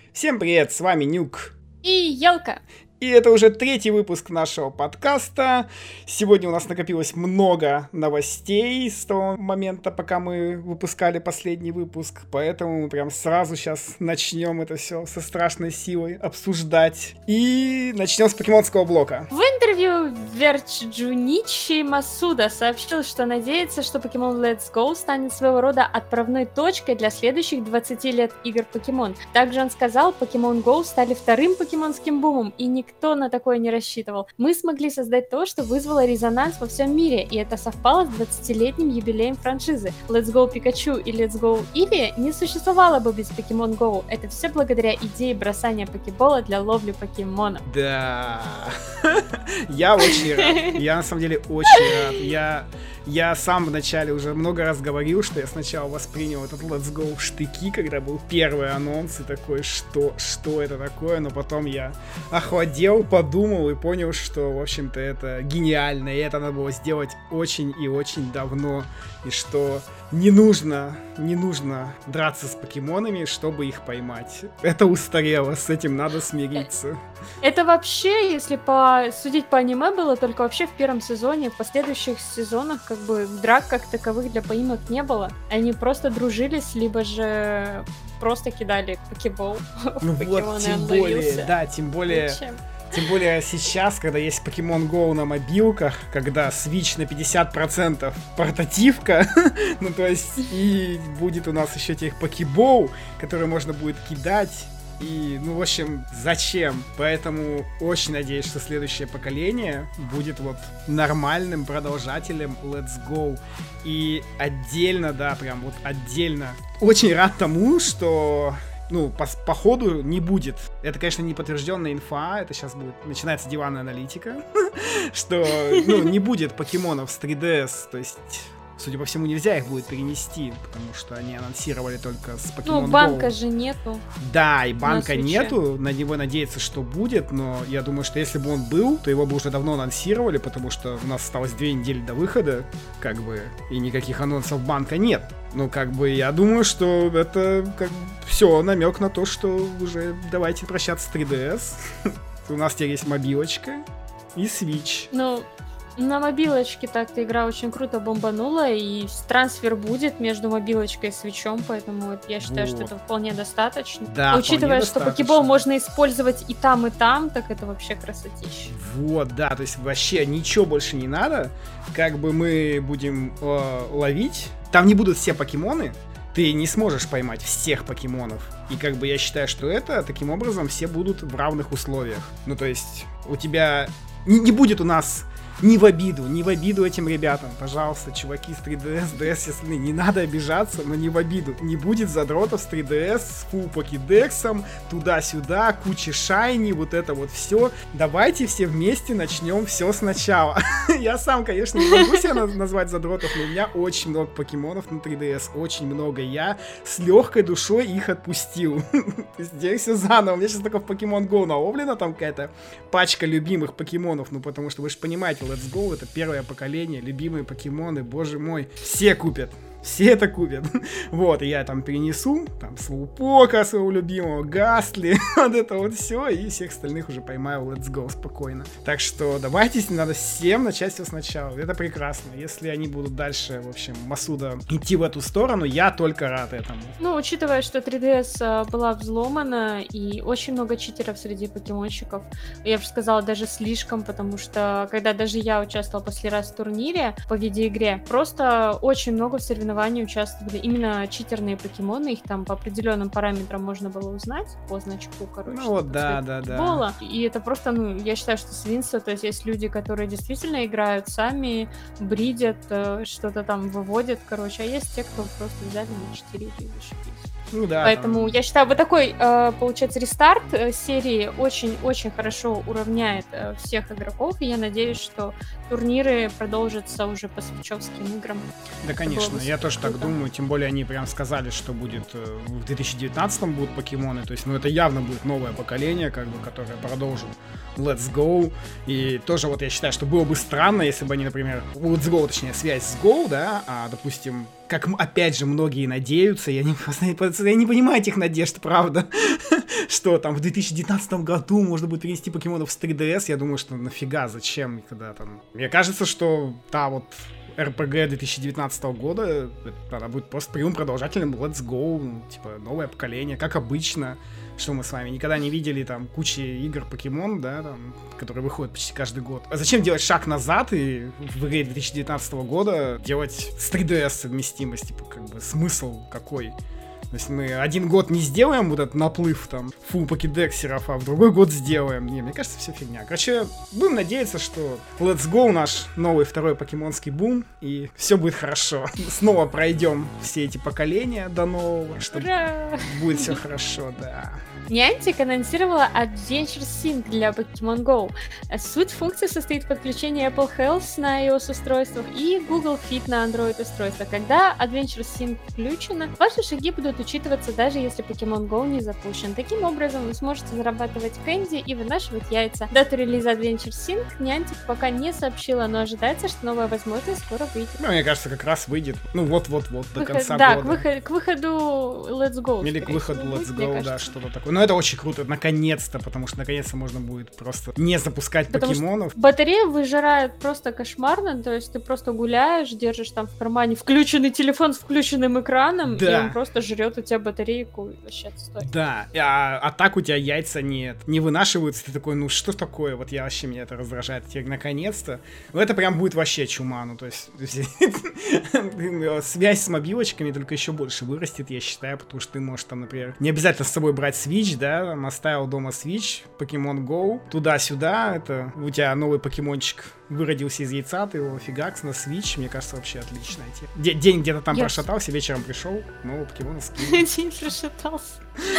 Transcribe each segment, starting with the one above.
Всем привет, с вами Нюк. И Елка. И это уже 3-й выпуск нашего подкаста. Сегодня у нас накопилось много новостей с того момента, пока мы выпускали последний выпуск. Поэтому мы прям сразу сейчас начнем это все со страшной силой обсуждать. И начнем с покемонского блока. В интервью Джуничи Масуда сообщил, что надеется, что Pokemon Let's Go станет своего рода отправной точкой для следующих 20 лет игр Pokemon. Также он сказал, Pokemon Go стали вторым покемонским бумом, и никто на такое не рассчитывал. Мы смогли создать то, что вызвало резонанс во всем мире, и это совпало с 20-летним юбилеем франшизы. Let's Go Pikachu и Let's Go Eevee не существовало бы без Pokemon Go. Это все благодаря идее бросания покебола для ловли покемонов. Да. Я очень рад. Я на самом деле очень рад. Я сам вначале уже много раз говорил, что я сначала воспринял этот Let's Go в штыки, когда был первый анонс, и такой, что это такое, но потом я охладел, подумал и понял, что, в общем-то, это гениально, и это надо было сделать очень и очень давно, и что не нужно драться с покемонами, чтобы их поймать. Это устарело, с этим надо смириться. Это вообще, если судить по аниме, было только вообще в первом сезоне. В последующих сезонах как бы драк как таковых для поимок не было. Они просто дружились, либо же просто кидали покебол в покемона, тем более, да, тем более сейчас, когда есть Pokemon Go на мобилках, когда Switch на 50% портативка, ну то есть и будет у нас еще тех покебол, которые можно будет кидать. И, ну, в общем, зачем? Поэтому очень надеюсь, что следующее поколение будет вот нормальным продолжателем Let's Go. И отдельно, да, прям вот отдельно. Очень рад тому, что, ну, по ходу не будет. Это, конечно, не подтвержденная инфа, это сейчас будет, начинается диванная аналитика, что, ну, не будет покемонов с 3DS, то есть... Судя по всему, нельзя их будет перенести, потому что они анонсировали только с Pokemon Go. Ну, банка же нету. Да, и банка нету, на него надеяться, что будет, но я думаю, что если бы он был, то его бы уже давно анонсировали, потому что у нас осталось 2 недели до выхода, как бы, и никаких анонсов банка нет. Ну, как бы, я думаю, что это, как все, намек на то, что уже давайте прощаться с 3DS. У нас теперь есть мобилочка и Switch. Ну... На мобилочке так-то игра очень круто бомбанула, и трансфер будет между мобилочкой и свитчом, поэтому я считаю, что это вполне достаточно. Да, учитывая, что покебол можно использовать и там, так это вообще красотища. Вот, да, то есть вообще ничего больше не надо, как бы мы будем ловить, там не будут все покемоны, ты не сможешь поймать всех покемонов. И как бы я считаю, что это таким образом все будут в равных условиях. Ну, то есть у тебя не будет у нас... Не в обиду этим ребятам, пожалуйста, чуваки с 3DS, DS, если не надо обижаться, но не в обиду. Не будет задротов с 3DS, с фулл покедексом, туда-сюда, куча шайни, вот это вот все. Давайте все вместе начнем все сначала. Я сам, конечно, не могу себя назвать задротов, но у меня очень много покемонов на 3DS, очень много. Я с легкой душой их отпустил. Здесь все заново. У меня сейчас только в Pokemon Go наловлена там какая-то пачка любимых покемонов, ну потому что вы же понимаете, Let's Go — это первое поколение, любимые покемоны, боже мой, все купят. Все это купят. Вот, и я там перенесу, там, Слоупока своего любимого, Гастли, вот это вот все, и всех остальных уже поймаю в Let's Go спокойно. Так что давайте, надо всем начать все сначала. Это прекрасно. Если они будут дальше, в общем, Масуда идти в эту сторону, я только рад этому. Ну, учитывая, что 3DS была взломана, и очень много читеров среди покемонщиков, я бы сказала, даже слишком, потому что, когда даже я участвовала после раз в турнире по видеоигре, просто очень много в соревнованиях участвовали именно читерные покемоны, их там по определенным параметрам можно было узнать по значку, короче. Ну вот, да. И это просто, ну, я считаю, что свинство, то есть есть люди, которые действительно играют сами, бридят, что-то там выводят, короче, а есть те, кто просто взяли на 4 и зашибись. Ну да. Поэтому я считаю, вот такой, получается, рестарт серии очень-очень хорошо уравняет всех игроков, и я надеюсь, что турниры продолжатся уже по свитчовским играм. Да, конечно, я тоже так думаю, тем более они прям сказали, что будет в 2019-м будут покемоны, то есть, ну, это явно будет новое поколение, как бы, которое продолжит Let's Go, и тоже вот я считаю, что было бы странно, если бы они, например, Let's Go, точнее, связь с Go, да, допустим, как, опять же, многие надеются, я не понимаю этих надежд, правда, что там в 2019 году можно будет перенести покемонов с 3DS, я думаю, что нафига, зачем, когда там... Мне кажется, что та вот RPG 2019 года, она будет просто прямым продолжателем Let's Go, типа новое поколение, как обычно, что мы с вами никогда не видели там кучи игр покемон, да, там, которые выходят почти каждый год. А зачем делать шаг назад и в игре 2019 года делать с 3DS совместимость, типа, как бы смысл какой? То есть мы один год не сделаем вот этот наплыв там фул покедексеров, а в другой год сделаем. Не, мне кажется, все фигня. Короче, будем надеяться, что Let's Go наш новый второй покемонский бум, и все будет хорошо. Снова пройдем все эти поколения до нового, чтобы будет все хорошо, да. Niantic анонсировала Adventure Sync для Pokemon Go. Суть функции состоит в подключении Apple Health на iOS-устройствах и Google Fit на Android-устройствах. Когда Adventure Sync включено, ваши шаги будут учитываться даже если Pokemon Go не запущен. Таким образом, вы сможете зарабатывать кэнди и вынашивать яйца. Дату релиза Adventure Sync Niantic пока не сообщила, но ожидается, что новая возможность скоро выйдет. Ну, мне кажется, как раз выйдет. Ну, вот-вот-вот, до конца года. Да, к выходу Let's Go. Или к выходу Let's Go, да, что-то такое. Но это очень круто, наконец-то, потому что наконец-то можно будет просто не запускать покемонов. Батарея выжирает просто кошмарно, то есть ты просто гуляешь, держишь там в кармане включенный телефон с включенным экраном, да. И он просто жрет у тебя батарейку, и вообще отстой. Да, а так у тебя яйца не вынашиваются, ты такой, ну что такое, вот я вообще, меня это раздражает, теперь наконец-то. Ну это прям будет вообще чума, ну то есть связь с мобилочками только еще больше вырастет, я считаю, потому что ты можешь там, например, не обязательно с собой брать Switch, да, там, оставил дома Switch, Pokemon Go, туда-сюда, это у тебя новый покемончик выродился из яйца, ты его фигакс на Switch, мне кажется, вообще отличная тема. День где-то там прошатался, вечером пришел, нового покемона скинул. День прошатался.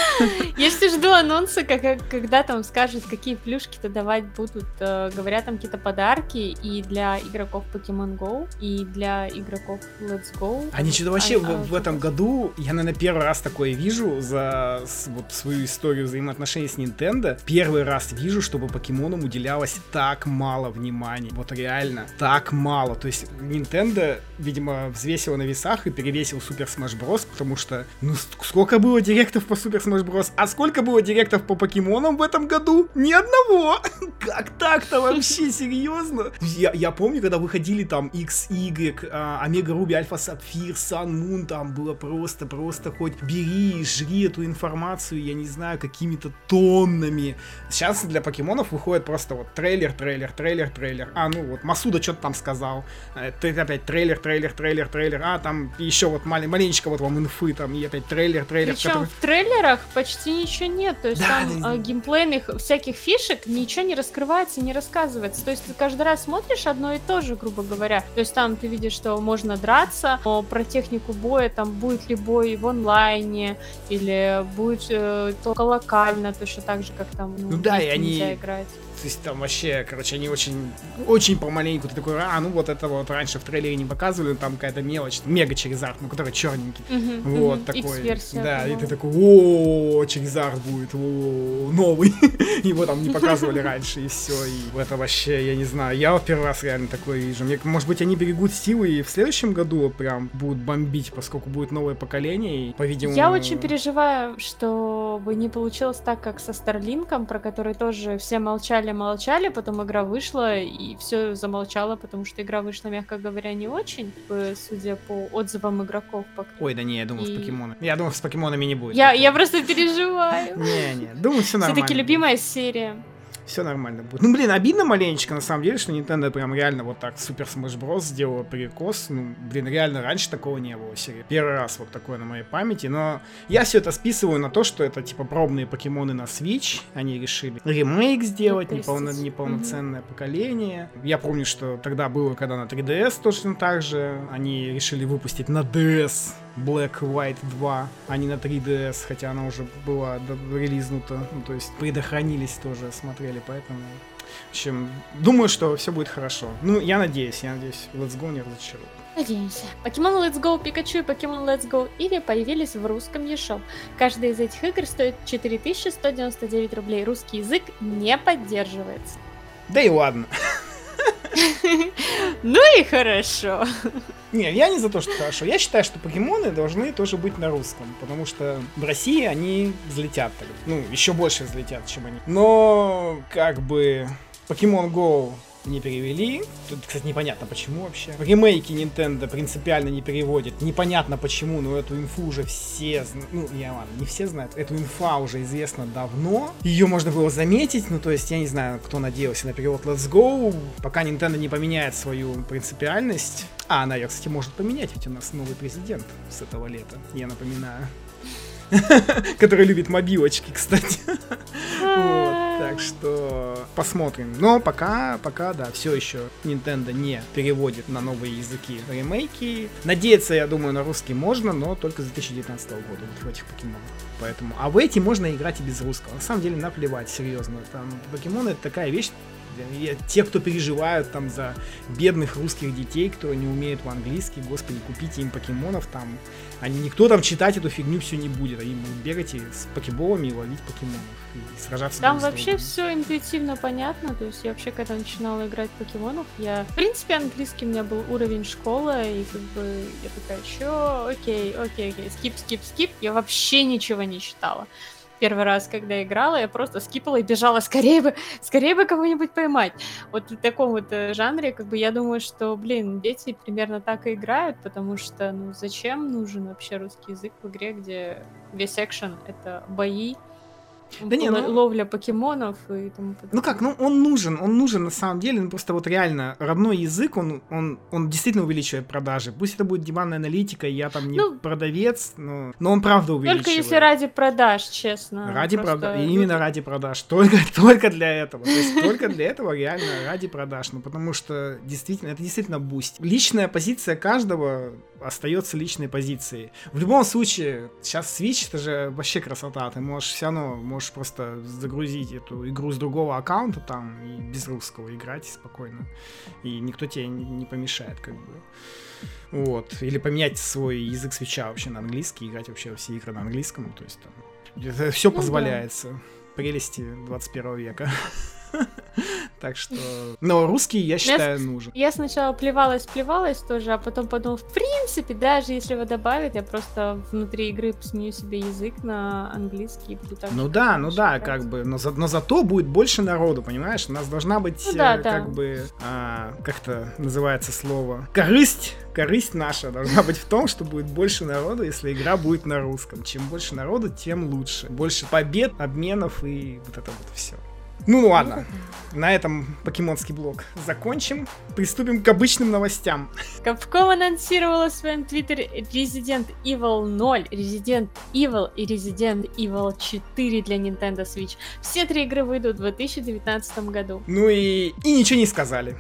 Я все жду анонса, когда там скажут, какие плюшки-то давать будут. Говорят, там какие-то подарки и для игроков Pokemon Go, и для игроков Let's Go. Они что-то вообще в этом году, я, наверное, первый раз такое вижу за вот свою историю взаимоотношений с Nintendo. Первый раз вижу, чтобы покемонам уделялось так мало внимания. Вот реально, так мало. То есть Nintendo, видимо, взвесила на весах и перевесил Super Smash Bros, потому что, ну, сколько было директов по Super Smash Bros, а сколько было директов по покемонам в этом году? Ни одного! Как так-то вообще, серьезно? Я помню, когда выходили там X, Y, Омега Руби, Альфа Сапфир, Сан Мун, там было просто хоть бери, жри эту информацию, я не знаю, какими-то тоннами. Сейчас для покемонов выходит просто вот трейлер. А, ну вот, Масуда что-то там сказал. Ты опять трейлер. А, там еще вот маленечко вот вам инфы, там, и опять трейлер. Причем который... в трейлерах почти ничего нет. То есть да, там геймплейных всяких фишек ничего не раскрывается, не рассказывается. То есть ты каждый раз смотришь одно и то же, грубо говоря. То есть там ты видишь, что можно драться, но про технику боя, там будет ли бой в онлайне, или будет только локально, точно так же, как там да, и они... нельзя играть. То есть там вообще, короче, они очень помаленьку, ты такой, ну вот это вот раньше в трейлере не показывали, там какая-то мелочь, мега Charizard, ну который черненький, вот такой, да, и ты такой, о, Charizard будет, новый, его там не показывали раньше, и все, и это вообще, я не знаю, я вот первый раз реально такое вижу, может быть, они берегут силы и в следующем году прям будут бомбить, поскольку будет новое поколение, и, по-видимому... Я очень переживаю, чтобы не получилось так, как со Старлинком, про который тоже все молчали, потом игра вышла, и все замолчало, потому что игра вышла, мягко говоря, не очень, судя по отзывам игроков. Ой, да не, я думаю, с покемонами. Я думаю, с покемонами не будет. Я просто переживаю. Не, думаю, все нормально. Все-таки любимая серия. Все нормально будет. Ну, блин, обидно маленечко, на самом деле, что Nintendo прям реально вот так Super Smash Bros. Сделала перекос. Ну, блин, реально, раньше такого не было в серии. Первый раз вот такое на моей памяти. Но я все это списываю на то, что это, типа, пробные покемоны на Switch. Они решили ремейк сделать, неполноценное поколение. Я помню, что тогда было, когда на 3DS точно так же. Они решили выпустить на DS Black White 2, а не на 3DS, хотя она уже была релизнута. Ну, то есть предохранились тоже, смотрели, поэтому... В общем, думаю, что все будет хорошо. Ну, я надеюсь, Let's Go не разочарует. Надеемся. Покемон Let's Go Пикачу и Покемон Let's Go Eevee появились в русском eShop. Каждая из этих игр стоит 4199 рублей. Русский язык не поддерживается. Да и ладно. Ну и хорошо. Не, я не за то, что хорошо. Я считаю, что покемоны должны тоже быть на русском, потому что в России они взлетят. Ну, еще больше взлетят, чем они. Но, как бы, Pokemon Go не перевели. Тут, кстати, непонятно почему вообще. Ремейки Nintendo принципиально не переводят. Непонятно почему, но эту инфу уже все знают. Ну, ладно, не все знают. Эту инфа уже известна давно. Ее можно было заметить. Ну, то есть, я не знаю, кто надеялся на перевод Let's Go. Пока Nintendo не поменяет свою принципиальность. А, она ее, кстати, может поменять, ведь у нас новый президент с этого лета. Я напоминаю. Который любит мобилочки, кстати. Вот, так что посмотрим. Но пока, да, все еще Nintendo не переводит на новые языки ремейки. Надеяться, я думаю, на русский можно, но только с 2019 года вот в этих покемонах. Поэтому, а в эти можно играть и без русского. На самом деле, наплевать, серьезно. Там покемоны — это такая вещь. Те, кто переживают там за бедных русских детей, кто не умеет по-английски, господи, купите им покемонов там. Никто там читать эту фигню все не будет. Они будут бегать и с покеболами и ловить покемонов. И сражаться. Там вообще все интуитивно понятно. То есть я вообще, когда начинала играть в покемонов, в принципе, английский у меня был уровень школы, и как бы я такая, чё, окей, скип. Я вообще ничего не читала. Первый раз, когда играла, я просто скипала и бежала скорее бы кого-нибудь поймать. Вот в таком вот жанре, как бы, я думаю, что, дети примерно так и играют, потому что, зачем нужен вообще русский язык в игре, где весь экшен — это бои, ловля покемонов и тому подобное. Ну как, он нужен на самом деле, просто вот реально родной язык, он действительно увеличивает продажи. Пусть это будет диванная аналитика, я там не продавец, но он правда увеличивает. Только если ради продаж, честно. Ради продаж, именно ради продаж, только для этого. То есть только для этого реально ради продаж, потому что это действительно буст. Личная позиция каждого остается личной позицией. В любом случае, сейчас Switch — это же вообще красота. Ты можешь все равно просто загрузить эту игру с другого аккаунта там и без русского играть спокойно. И никто тебе не помешает, как бы. Вот. Или поменять свой язык Switch'а вообще на английский, играть вообще все игры на английском. То есть там это все позволяется. Да. Прелести 21 века. Так что... Но русский, я считаю, нужен. Я сначала плевалась тоже, а потом подумала, в принципе, даже если его добавят, я просто внутри игры сменю себе язык на английский и буду так. Ну да, как бы, но зато будет больше народу, понимаешь? У нас должна быть, как-то называется слово, корысть наша должна быть в том, что будет больше народу, если игра будет на русском. Чем больше народу, тем лучше. Больше побед, обменов и вот это вот все. Ну ладно, на этом покемонский блог закончим. Приступим к обычным новостям. Capcom анонсировала в своем твиттере Resident Evil 0, Resident Evil и Resident Evil 4 для Nintendo Switch. Все три игры выйдут в 2019 году. Ну и ничего не сказали.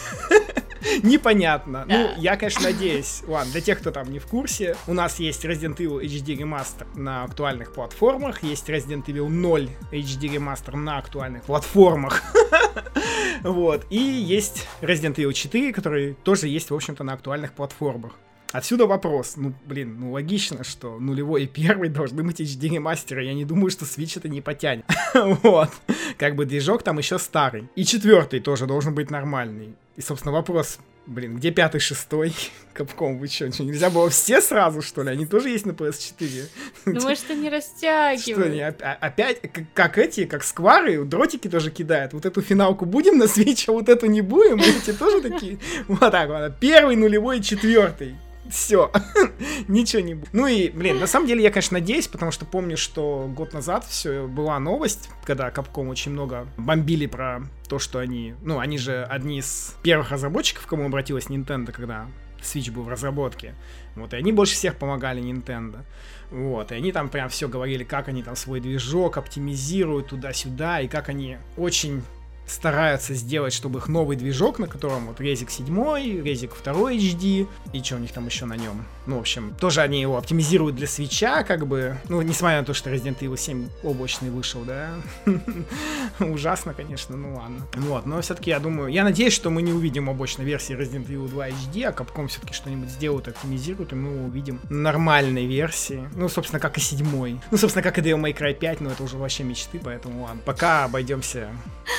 Непонятно. Ну, я, конечно, надеюсь. Ладно, для тех, кто там не в курсе, у нас есть Resident Evil HD Remaster на актуальных платформах, есть Resident Evil 0 HD Remaster на актуальных платформах. Вот. И есть Resident Evil 4, который тоже есть, в общем-то, на актуальных платформах. Отсюда вопрос. Логично, что нулевой и первый должны быть HD ремастеры. Я не думаю, что Switch это не потянет. Вот. Как бы движок там еще старый. И четвертый тоже должен быть нормальный. И, собственно, вопрос, где пятый, шестой? Capcom, вы что, нельзя было все сразу, что ли? Они тоже есть на PS4? Ну, может, они растягивают. Что они опять, как сквары, дротики тоже кидают. Вот эту финалку будем на Switch, а вот эту не будем? Эти тоже такие? Вот так вот. Первый, нулевой, четвертый. Все, ничего не будет. Ну и, на самом деле я, конечно, надеюсь, потому что помню, что год назад все была новость, когда Capcom очень много бомбили про то, что они же одни из первых разработчиков, к кому обратилась Nintendo, когда Switch был в разработке. Вот, и они больше всех помогали Nintendo. Вот, и они там прям все говорили, как они там свой движок оптимизируют туда-сюда, и как они очень стараются сделать, чтобы их новый движок, на котором вот Резик 7, Резик 2 HD, и что у них там еще на нем. Ну, в общем, тоже они его оптимизируют для Switch'а, как бы, несмотря на то, что Resident Evil 7 облачный вышел, да. Ужасно, конечно, ладно. Вот, но все-таки я надеюсь, что мы не увидим облачной версии Resident Evil 2 HD, а Capcom все-таки что-нибудь сделают, оптимизируют, и мы увидим нормальной версии. Собственно, как и 7. Собственно, как и Devil May Cry 5, но это уже вообще мечты, поэтому ладно. Пока обойдемся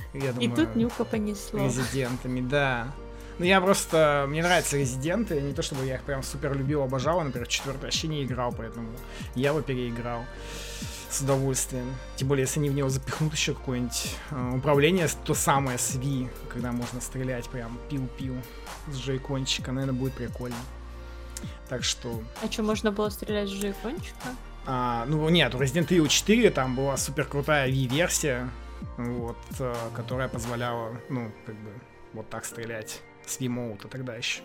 Я думаю, И тут Нюка понесло. резидентами, да. Ну, я просто... Мне нравятся резиденты. Не то, чтобы я их прям супер любил, обожал. Например, в 4 вообще не играл, поэтому я его переиграл с удовольствием. Тем более, если они в него запихнут еще какое-нибудь управление, то самое с Wii, когда можно стрелять прям пиу-пиу с джойкончика. Наверное, будет прикольно. Так что... А что, можно было стрелять с джойкончика? Ну, нет, у Resident Evil 4 там была супер крутая Wii-версия, вот, которая позволяла, ну, как бы, вот так стрелять. С Wiimote тогда еще.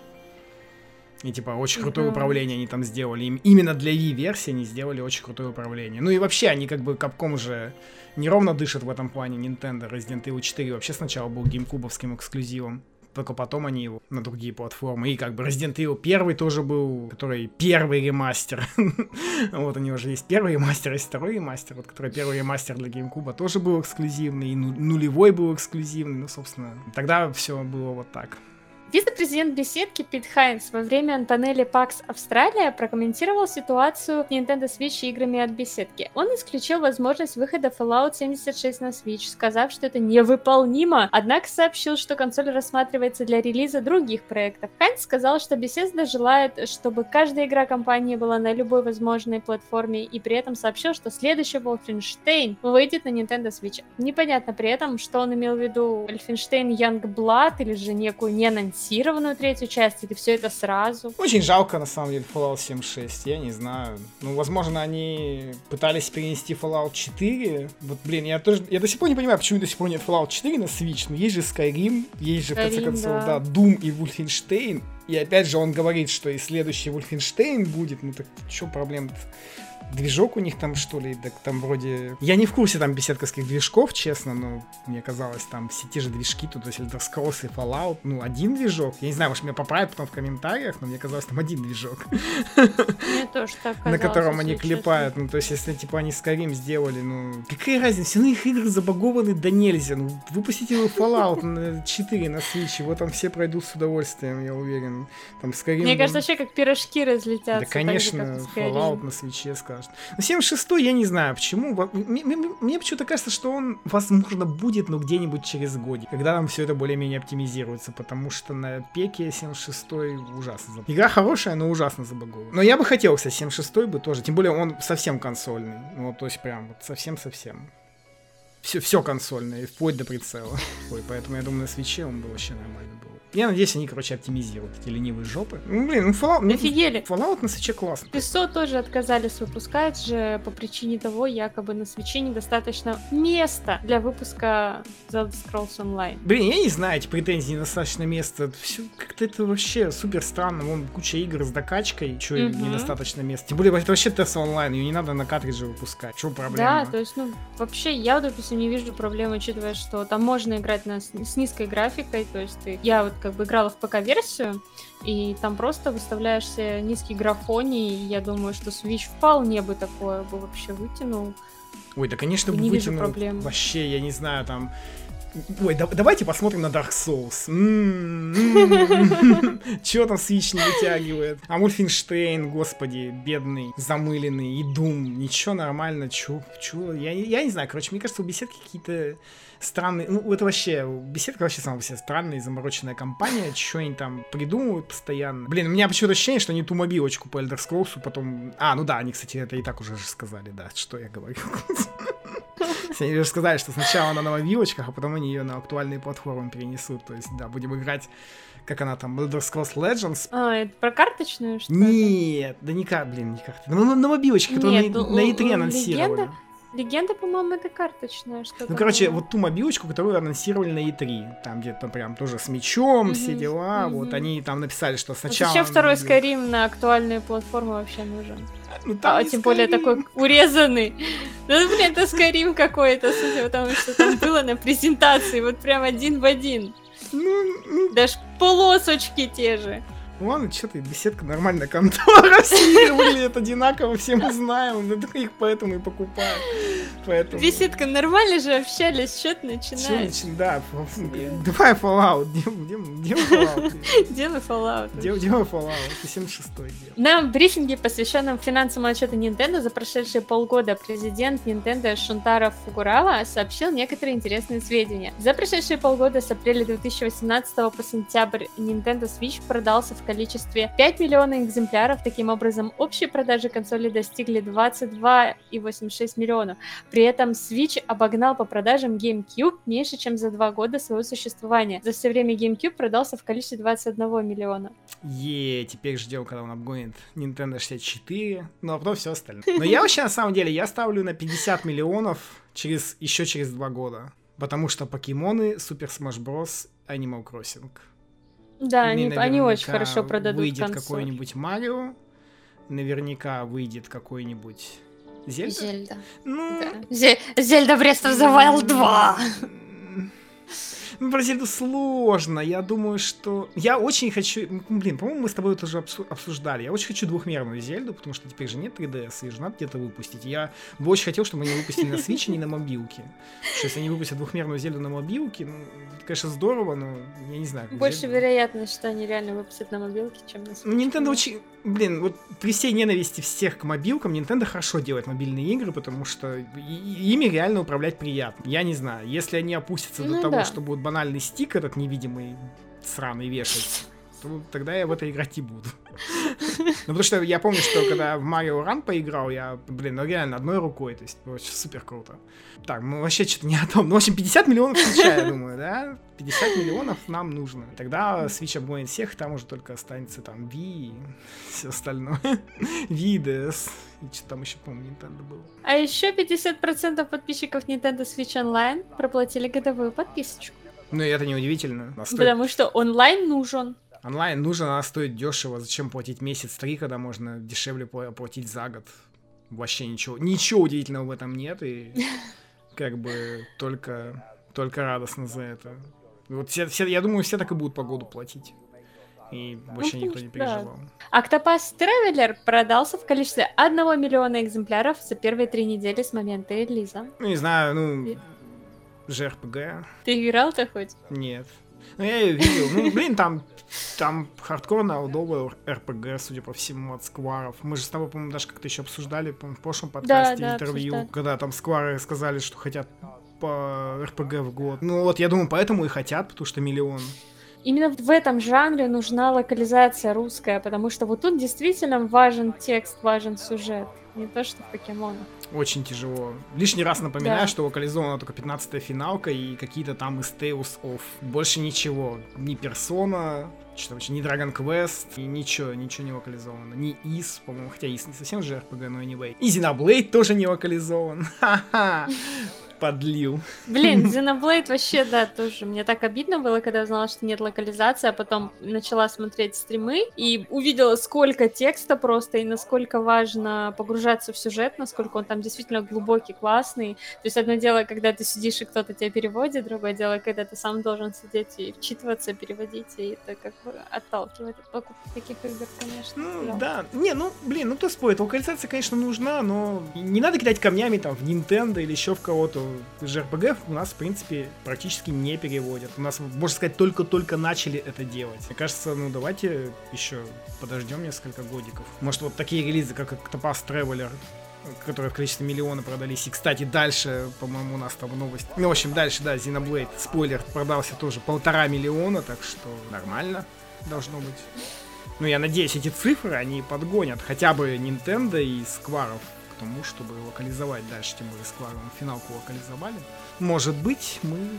И типа очень крутое управление они там сделали. Именно для Wii-версии они сделали очень крутое управление. Ну и вообще они как бы Capcom же неровно дышат в этом плане. Nintendo Resident Evil 4 вообще сначала был геймкубовским эксклюзивом. Только потом они его на другие платформы. И как бы Resident Evil 1 тоже был, который первый ремастер. Вот у него же есть первый ремастер, есть второй ремастер. Вот который первый ремастер для GameCube тоже был эксклюзивный. И нулевой был эксклюзивный. Ну, собственно, тогда все было вот так. Вице-президент беседки Пит Хайнс во время панели PAX Австралия прокомментировал ситуацию Nintendo Switch играми от беседки. Он исключил возможность выхода Fallout 76 на Switch, сказав, что это невыполнимо, однако сообщил, что консоль рассматривается для релиза других проектов. Хайнс сказал, что Bethesda желает, чтобы каждая игра компании была на любой возможной платформе, и при этом сообщил, что следующий Wolfenstein выйдет на Nintendo Switch. Непонятно при этом, что он имел в виду, Wolfenstein Youngblood или же некую ненансированную третью часть, или все это сразу? Очень жалко, на самом деле, Fallout 76, я не знаю. Ну, возможно, они пытались перенести Fallout 4. Вот, блин, я до сих пор не понимаю, почему до сих пор нет Fallout 4 на Switch. Ну, есть же Skyrim, есть же, в конце концов, да, Doom и Wolfenstein. И опять же, он говорит, что и следующий Wolfenstein будет. Ну, так что проблема-то? Движок у них там, что ли, так там вроде... Я не в курсе там беседковских движков, честно, но мне казалось, там все те же движки, тут, то есть Elder Scrolls и Fallout, ну, один движок. Я не знаю, может, меня поправят потом в комментариях, но мне казалось, там один движок. Мне тоже так казалось. На котором они клепают. Ну, то есть, если, типа, они Skyrim сделали, ну... Какая разница? Все равно их игры забагованы да нельзя. Ну, выпустите его Fallout 4 на Switch, его там все пройдут с удовольствием, я уверен. Там Skyrim... Мне кажется, вообще как пирожки разлетятся. Да, конечно, Fallout на Switch скажет. Но 76-й, я не знаю почему. Мне почему-то кажется, что он, возможно, будет, но где-нибудь через годик, когда там все это более-менее оптимизируется, потому что на пеке 76-й ужасно забагован. Игра хорошая, но ужасно забагована. Но я бы хотел, кстати, 76-й бы тоже, тем более он совсем консольный. Ну, то есть прям вот совсем-совсем. Все консольное, вплоть до прицела. Ой, поэтому я думаю, на свитче он бы вообще нормально был. Я надеюсь, они, короче, оптимизируют эти ленивые жопы. Ну, блин, Fallout... Офигели. Fallout на свитче классно. PSO тоже отказались выпускать же по причине того, якобы на свитче недостаточно места для выпуска The Elder Scrolls Online. Блин, я не знаю, эти претензии недостаточно места. Все как-то это вообще супер странно. Вон куча игр с докачкой, что недостаточно места. Тем более, это вообще тест онлайн, ее не надо на картридже выпускать. Что проблема? Да, то есть, ну, вообще, я, допустим, не вижу проблемы, учитывая, что там можно играть с низкой графикой, то есть я вот как бы играла в ПК-версию, и там просто выставляешься низкий графоний, и я думаю, что Switch вполне бы такое бы вообще вытянул. Ой, да, конечно, бы не вытянул. вижу проблем. Вообще, я не знаю, там... Ой, давайте посмотрим на Dark Souls. Чего там Switch не вытягивает? А Wolfenstein, господи, бедный, замыленный, и Doom. Ничего, нормально, чё? Я не знаю, короче, мне кажется, у беседки какие-то странные... Ну, это вообще... Беседка вообще сама по себе странная и замороченная компания. Чё они там придумывают постоянно. Блин, у меня почему-то ощущение, что они ту мобилочку по Elder Scrolls потом... Ну да, они, кстати, это и так уже сказали, да, что я говорю. Они уже сказали, что сначала она на мобилочках, а потом они ее на актуальные платформы перенесут. То есть, да, будем играть, как она там, Elder Scrolls Legends. Это про карточную, что ли? Нет, да никак, блин, никак. На мобилочке, которую на E3 анонсировали. Легенда, по-моему, это карточная что-то. Ну, короче, вот ту мобилочку, которую анонсировали на E3. Там где-то прям тоже с мечом, все дела. Вот они там написали, что сначала... Зачем второй Skyrim на актуальные платформы вообще нужен? Ну, там тем более такой урезанный. Ну, блин, это Skyrim какой-то, судя по тому, что там было на презентации. Вот прям один в один. Даже полосочки те же. Ладно, что ты, беседка нормальная контора, все игры выглядят одинаково, все мы знаем, их поэтому и покупают. Поэтому... Беседка нормально же общались, что ты начинаешь? Да, давай Fallout, делай Fallout. Делай Fallout. Делай Fallout, это 76-й дело. На брифинге, посвященном финансовому отчету Nintendo за прошедшие полгода, президент Nintendo Шунтаро Фукурава сообщил некоторые интересные сведения. За прошедшие полгода с апреля 2018 по сентябрь Nintendo Switch продался в количестве 5 миллионов экземпляров. Таким образом, общие продажи консоли достигли 22,86 миллионов. При этом Switch обогнал по продажам GameCube меньше, чем за 2 года своего существования. За все время GameCube продался в количестве 21 миллиона. Теперь ждем, когда он обгонит Nintendo 64, ну а потом все остальное. Но я вообще, на самом деле, я ставлю на 50 миллионов еще через 2 года. Потому что покемоны, Super Smash Bros, Animal Crossing. Да, они очень хорошо продадут выйдет консоль. Какой-нибудь Марио, наверняка выйдет какой-нибудь Зельда. Ну... Да. Зельда Breath of the Wild 2. Ну, про Зельду сложно. Я думаю, что... Я очень хочу... По-моему, мы с тобой это уже обсуждали. Я очень хочу двухмерную Зельду, потому что теперь же нет 3DS, и же надо где-то выпустить. Я бы очень хотел, чтобы они выпустили на Switch, а не на мобилке. Потому что если они выпустят двухмерную Зельду на мобилке, ну, это, конечно, здорово, но я не знаю. Больше вероятность, что они реально выпустят на мобилке, чем на Switch. Nintendo очень... вот при всей ненависти всех к мобилкам, Nintendo хорошо делает мобильные игры, потому что ими реально управлять приятно. Я не знаю, если они опустятся до того, что будут банальный стик этот невидимый сраный вешать, то тогда я в это играть и буду. Ну, потому что я помню, что когда в Mario Run поиграл, я, реально одной рукой, то есть вообще супер круто. Так, мы вообще что-то не о том. Ну, в общем, 50 миллионов включая, я думаю, да? 50 миллионов нам нужно. Тогда Switch обгонит всех, там уже только останется там Wii и все остальное. Wii, DS. И что там еще, по-моему, Nintendo было. А еще 50% подписчиков Nintendo Switch Online проплатили годовую подписочку. Ну, и это неудивительно. Потому что онлайн нужен. Онлайн нужен, она стоит дешево. Зачем платить месяц 3, когда можно дешевле платить за год? Вообще ничего удивительного в этом нет. И как бы только радостно за это. Вот все, я думаю, все так и будут по году платить. И вообще никто не переживал. Octopath Traveler продался в количестве 1 миллиона экземпляров за первые 3 недели с момента релиза. Ну, не знаю, JRPG. Ты играл-то хоть? Нет. Ну, я ее видел. Там хардкорная, удобная RPG, судя по всему, от Скваров. Мы же с тобой, по-моему, даже как-то еще обсуждали в прошлом подкасте интервью, обсуждали. Когда там Сквары сказали, что хотят по RPG в год. Ну вот, я думаю, поэтому и хотят, потому что миллион. Именно в этом жанре нужна локализация русская, потому что вот тут действительно важен текст, важен сюжет. Не то, что в покемонах. Очень тяжело. Лишний раз напоминаю, что локализована только 15-я финалка и какие-то там из Tales of. Больше ничего. Ни Persona, что вообще, ни Dragon Quest, и ничего не локализовано. Ни Is, по-моему, хотя Is не совсем же RPG, но anyway. И Xenoblade тоже не локализован. Ха-ха. Подлил. Блин, Xenoblade вообще, да, тоже. Мне так обидно было, когда я узнала, что нет локализации, а потом начала смотреть стримы и увидела, сколько текста просто, и насколько важно погружаться в сюжет, насколько он там действительно глубокий, классный. То есть одно дело, когда ты сидишь и кто-то тебя переводит, другое дело, когда ты сам должен сидеть и вчитываться, переводить, и это как бы отталкивает от покупки таких игр, конечно. Ну, да. Не, кто спорит, локализация, конечно, нужна, но не надо кидать камнями там в Nintendo или еще в кого-то. JRPG у нас, в принципе, практически не переводят. У нас, можно сказать, только-только начали это делать. Мне кажется, давайте еще подождем несколько годиков. Может, вот такие релизы, как Octopath Traveler, которые в количестве миллиона продались. И, кстати, дальше, по-моему, у нас там новость. Ну, в общем, дальше, да, Xenoblade, спойлер, продался тоже 1,5 миллиона, так что нормально должно быть. Ну, я надеюсь, эти цифры, они подгонят хотя бы Nintendo и Square к тому, чтобы локализовать дальше, тем более Square финалку локализовали. Может быть,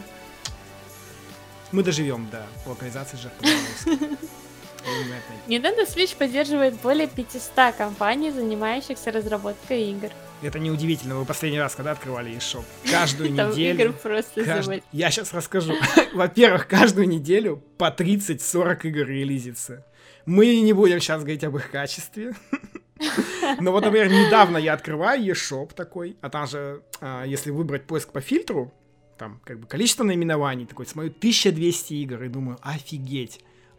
мы доживем до локализации JRPG. Nintendo Switch поддерживает более 500 компаний, занимающихся разработкой игр. Это неудивительно. Вы последний раз когда открывали eShop? Каждую неделю. Я сейчас расскажу. Во-первых, каждую неделю по 30-40 игр релизится. Мы не будем сейчас говорить об их качестве. Но вот, например, недавно я открываю eShop такой, а там же, если выбрать поиск по фильтру, там как бы количество наименований, такой, смотрю, 1200 игр, и думаю, офигеть,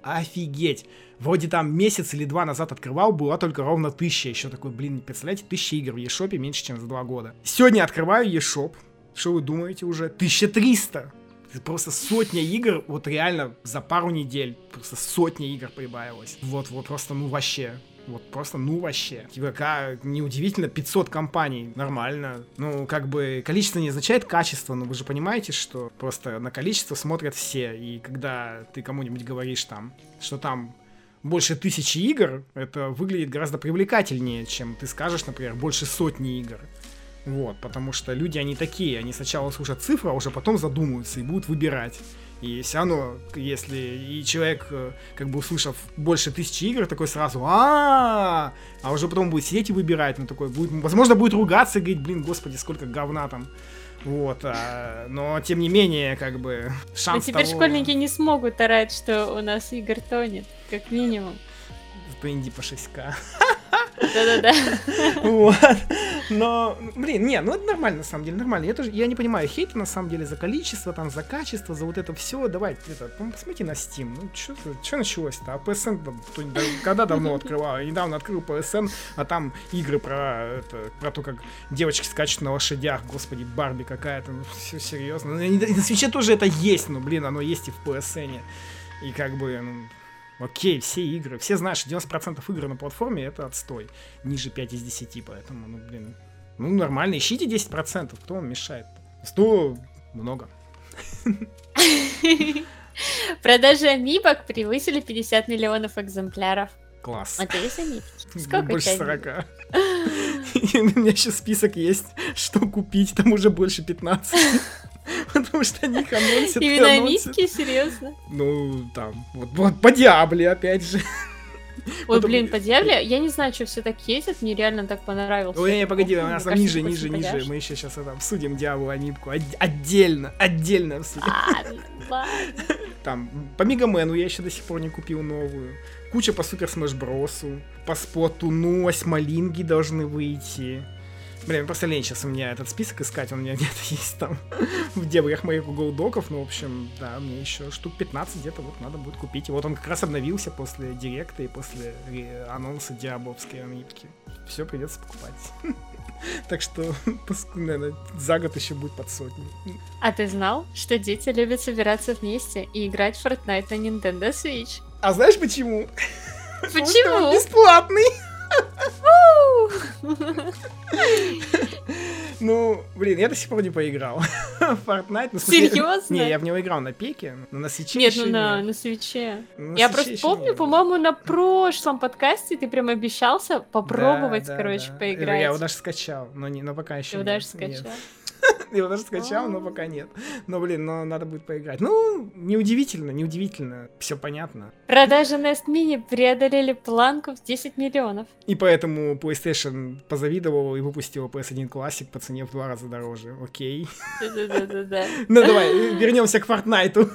офигеть. Вроде там месяц или 2 назад открывал, была только ровно 1000. Еще такой, блин, представляете, 1000 игр в eShop меньше, чем за 2 года. Сегодня открываю eShop. Что вы думаете уже? 1300. Просто сотня игр, вот реально за пару недель. Просто сотня игр прибавилось. Вот, просто, ну вообще. Вот просто, ну вообще. Типа, неудивительно, 500 компаний. Нормально. Ну, как бы, количество не означает качество, но вы же понимаете, что просто на количество смотрят все. И когда ты кому-нибудь говоришь там, что там больше 1000 игр, это выглядит гораздо привлекательнее, чем ты скажешь, например, больше сотни игр. Вот, потому что люди, они такие, они сначала слушают цифру, а уже потом задумаются и будут выбирать. И все равно, если и человек, как бы услышав больше 1000 игр, такой сразу а уже потом будет сидеть и выбирать, ну такой, будет, возможно, будет ругаться и говорить, блин, господи, сколько говна там. Вот, но тем не менее, как бы, шанс того... Но теперь того... школьники не смогут орать, что у нас игр тонет, как минимум. В инди по 6К. Да-да-да. Вот. Но, блин, не, ну это нормально, на самом деле, нормально. Я не понимаю хейта, на самом деле, за количество, там, за качество, за вот это все. Давайте, посмотрите на Steam. Ну, что началось-то? А PSN когда давно открывал? Я недавно открыл PSN, а там игры про то, как девочки скачут на лошадях. Господи, Барби какая-то. Ну, все серьезно. На Свитче тоже это есть, но, блин, оно есть и в PSN. И как бы, ну... Окей, все игры. Все знают, что 90% игр на платформе это отстой. Ниже 5 из 10, поэтому, ну, блин. Ну, нормально, ищите 10%. Кто вам мешает? 100 много. Продажи амибок превысили 50 миллионов экземпляров. Класс. А ты есть амибки? Сколько больше 40. У меня еще список есть, что купить, там уже больше 15. Потому что они их анонсят. Именно амибки? Серьезно? Ну, там, вот по Диабле, опять же. Ой, блин, по Диабле, я не знаю, что все так ездят, мне реально так понравился. Ой, погоди, у нас там ниже, мы еще сейчас обсудим Диаблу амибку, отдельно обсудим. Ладно. Там, по Мегамену я еще до сих пор не купил новую. Куча по Супер Смэш Бросу, по Сплатуну, Осьмолинги должны выйти. Блин, просто лень сейчас у меня этот список искать, он у меня где-то есть там в дебрях моих Google Доков, ну, в общем, да, мне еще штук 15 где-то вот надо будет купить. И вот он как раз обновился после Директа и после анонса Диабловской амибки. Все придется покупать. Так что, наверное, за год еще будет под 100. А ты знал, что дети любят собираться вместе и играть в Fortnite на Nintendo Switch? А знаешь почему? Почему? Потому что он бесплатный. Ну, блин, я до сих пор не поиграл в Fortnite. Ну, серьезно? Не, я в него играл на пеке, но на свитче нет. еще Нет, на свитче. Я просто помню, по-моему, на прошлом подкасте ты прям обещался попробовать, поиграть. Я его даже скачал, но пока еще нет. Его даже скачал? Его даже скачал, но пока нет. Но, блин, надо будет поиграть. Ну, неудивительно, все понятно. Продажи Nest Mini преодолели планку в 10 миллионов. И поэтому PlayStation позавидовал и выпустил PS1 Classic по цене в 2 раза дороже. Окей. Да. Ну, давай, вернемся к Fortnite.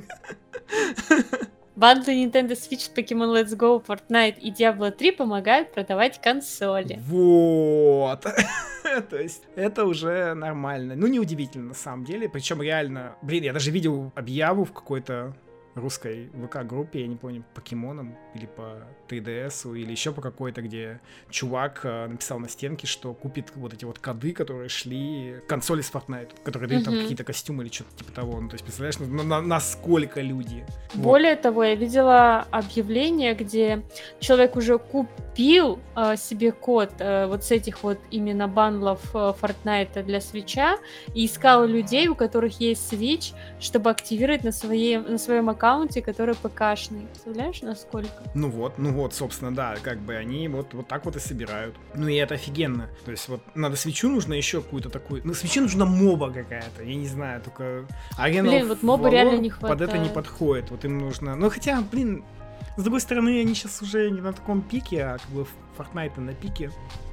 Бандлы Nintendo Switch, Pokemon Let's Go, Fortnite и Diablo 3 помогают продавать консоли. Вот. То есть это уже нормально. Ну, неудивительно, на самом деле. Причем реально... Блин, я даже видел объяву в какой-то русской ВК-группе, я не помню, по покемонам или по 3DS, или еще по какой-то, где чувак написал на стенке, что купит вот эти вот коды, которые шли консоли с Fortnite, которые дают там какие-то костюмы или что-то типа того. Ну, то есть, представляешь, насколько люди. Более того, я видела объявление, где человек уже купил себе код вот с этих вот именно бандлов Fortnite для Switch'а и искал людей, у которых есть Switch, чтобы активировать на своем аккаунте, который ПКшный. Представляешь, насколько? Ну вот, собственно, да, как бы они вот так вот и собирают. Ну и это офигенно. То есть вот надо Свитчу нужно еще какую-то такую... Ну, Свитчу нужна моба какая-то, я не знаю, только... Блин, вот мобы реально не хватает. Под это не подходит, вот им нужно... Ну хотя, блин, с другой стороны, они сейчас уже не на таком пике, а как бы Fortnite на пике.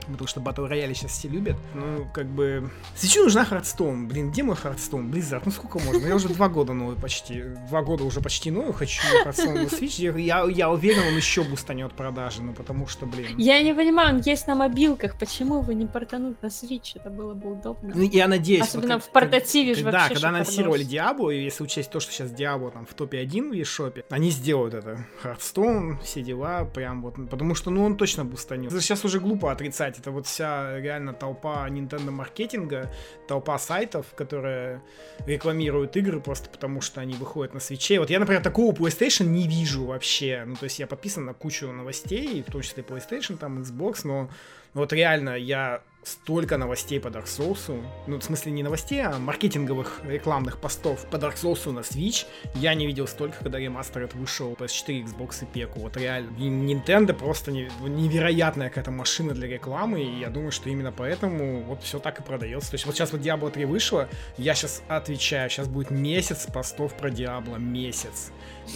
потому что Battle Royale сейчас все любят. Ну, как бы... Свечу нужна Hearthstone. Блин, где мой Hearthstone? Blizzard, ну сколько можно? Я уже 2 года ною почти. 2 года уже почти ною, хочу Hearthstone на Switch. Я уверен, он еще бустанет продажи, ну потому что, блин... Я не понимаю, он есть на мобилках, почему его не портануть на Switch? Это было бы удобно. Ну, я надеюсь... Особенно в портативе же вообще. Да, когда анонсировали Diablo, и если учесть то, что сейчас Diablo там в топе 1 в eShop, они сделают это. Hearthstone, все дела, прям вот, потому что, ну, он точно бустанет. Сейчас уже глупо отрицать, это вот вся реально толпа Nintendo маркетинга, толпа сайтов, которые рекламируют игры просто потому, что они выходят на свитче. Вот я, например, такого PlayStation не вижу вообще, ну, то есть я подписан на кучу новостей, в том числе PlayStation, там, Xbox, но вот реально я столько новостей по Dark Souls, ну, в смысле не новостей, а маркетинговых рекламных постов по Dark Souls на Switch я не видел столько, когда ремастер это вышел, PS4, Xbox и Пеку. Вот реально. И Nintendo просто невероятная какая-то машина для рекламы, и я думаю, что именно поэтому вот все так и продается. То есть вот сейчас вот Diablo 3 вышло, я сейчас отвечаю, сейчас будет месяц постов про Diablo, месяц.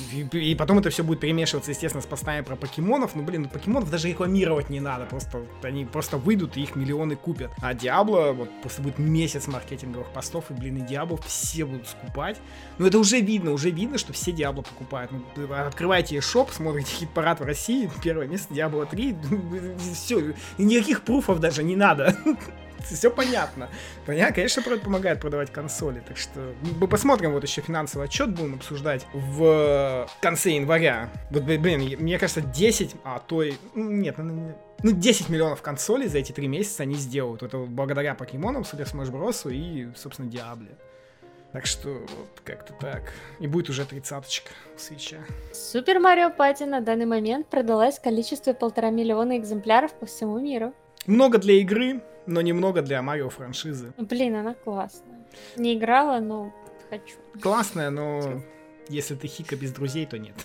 И потом это все будет перемешиваться, естественно, с постами про покемонов. Ну, блин, покемонов даже рекламировать не надо. Просто они просто выйдут и их миллионы купят. А Diablo, вот просто будет месяц маркетинговых постов, и, блин, и Diablo все будут скупать. Ну, это уже видно, что все Diablo покупают. Ну, открывайте eShop, смотрите хит-парад в России, первое место Diablo 3, все, никаких пруфов даже не надо. Все понятно. Конечно, помогает продавать консоли. Так что мы посмотрим, вот еще финансовый отчет будем обсуждать в конце января. Вот, блин, мне кажется, 10, нет, ну 10 миллионов консолей за эти 3 месяца они сделают. Это благодаря покемонам, Super Smash Bros. И, собственно, Diablo. Так что, вот как-то так. И будет уже 30-очка у Свитча. Super Mario Party на данный момент продалась в количестве 1,5 миллиона экземпляров по всему миру. Много для игры, но немного для Марио франшизы. Блин, она классная. Не играла, но хочу. Классная, но если ты хика без друзей, то нет.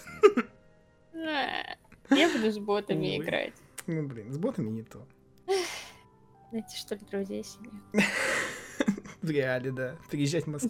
Я буду с ботами играть. Ну, блин, с ботами не то. Найти, что ли, друзей себе. В реале, да. Переезжать в Москву.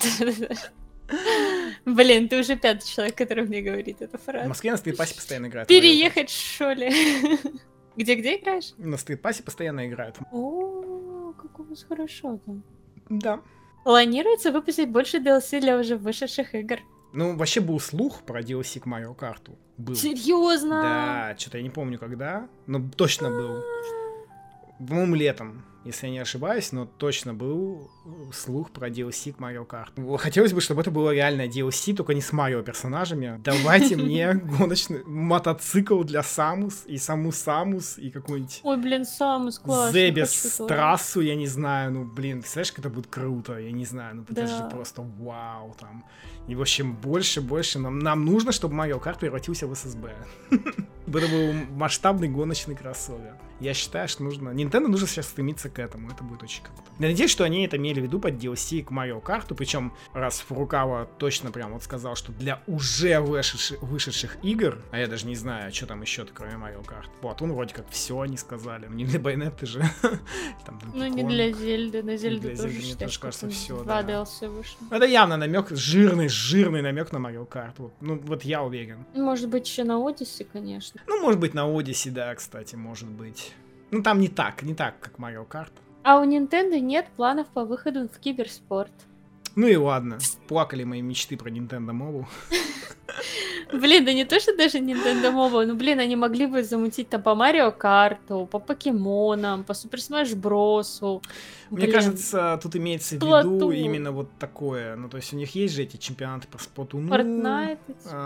Блин, ты уже 5-й человек, который мне говорит эту фразу. В Москве на стритпассе постоянно играют. Переехать, что ли? Где играешь? На стритпассе постоянно играют. О, как у вас хорошо там. Да. Планируется выпустить больше DLC для уже вышедших игр. Ну, вообще был слух про DLC к Mario Kart. Был. Серьезно? Да, что-то я не помню когда, но точно был. По-моему, летом, если я не ошибаюсь, но точно был слух про DLC к Mario Kart. Хотелось бы, чтобы это было реальное DLC, только не с Марио персонажами. Давайте мне гоночный мотоцикл для Самус, и саму Самус, и какой-нибудь... Ой, блин, Самус, классно. Зебес трассу, я не знаю, ну, блин, представляешь, как это будет круто, я не знаю, ну, это же просто вау, там. И, в общем, больше, нам нужно, чтобы Mario Kart превратился в SSB. Это был масштабный гоночный кроссовер. Я считаю, что нужно... Nintendo нужно сейчас стремиться к этому, это будет очень круто. Я надеюсь, что они это имели в виду под DLC к Mario Kart, причем раз Фурукава точно прям вот сказал, что для уже вышедших игр, а я даже не знаю, что там еще кроме Mario Kart. Платун вроде как все они сказали, не для Байонетты же. Ну не для Зельды, на Зельду тоже, мне тоже кажется, все, 2 DLC вышло. Это явно намек, жирный намек на Mario Kart. Ну вот я уверен. Может быть еще на Odyssey, конечно. Ну может быть на Odyssey, да, кстати, может быть. Ну там не так, как Mario Kart. А у Nintendo нет планов по выходу в киберспорт. Ну и ладно, плакали мои мечты про Nintendo Mobile. Блин, да не то, что даже Nintendo Mobile, ну блин, они могли бы замутить там по Марио Карту, по покемонам, по Super Smash Bros. Мне кажется, тут имеется в виду именно вот такое. Ну, то есть у них есть же эти чемпионаты по Сплатуну. Fortnite.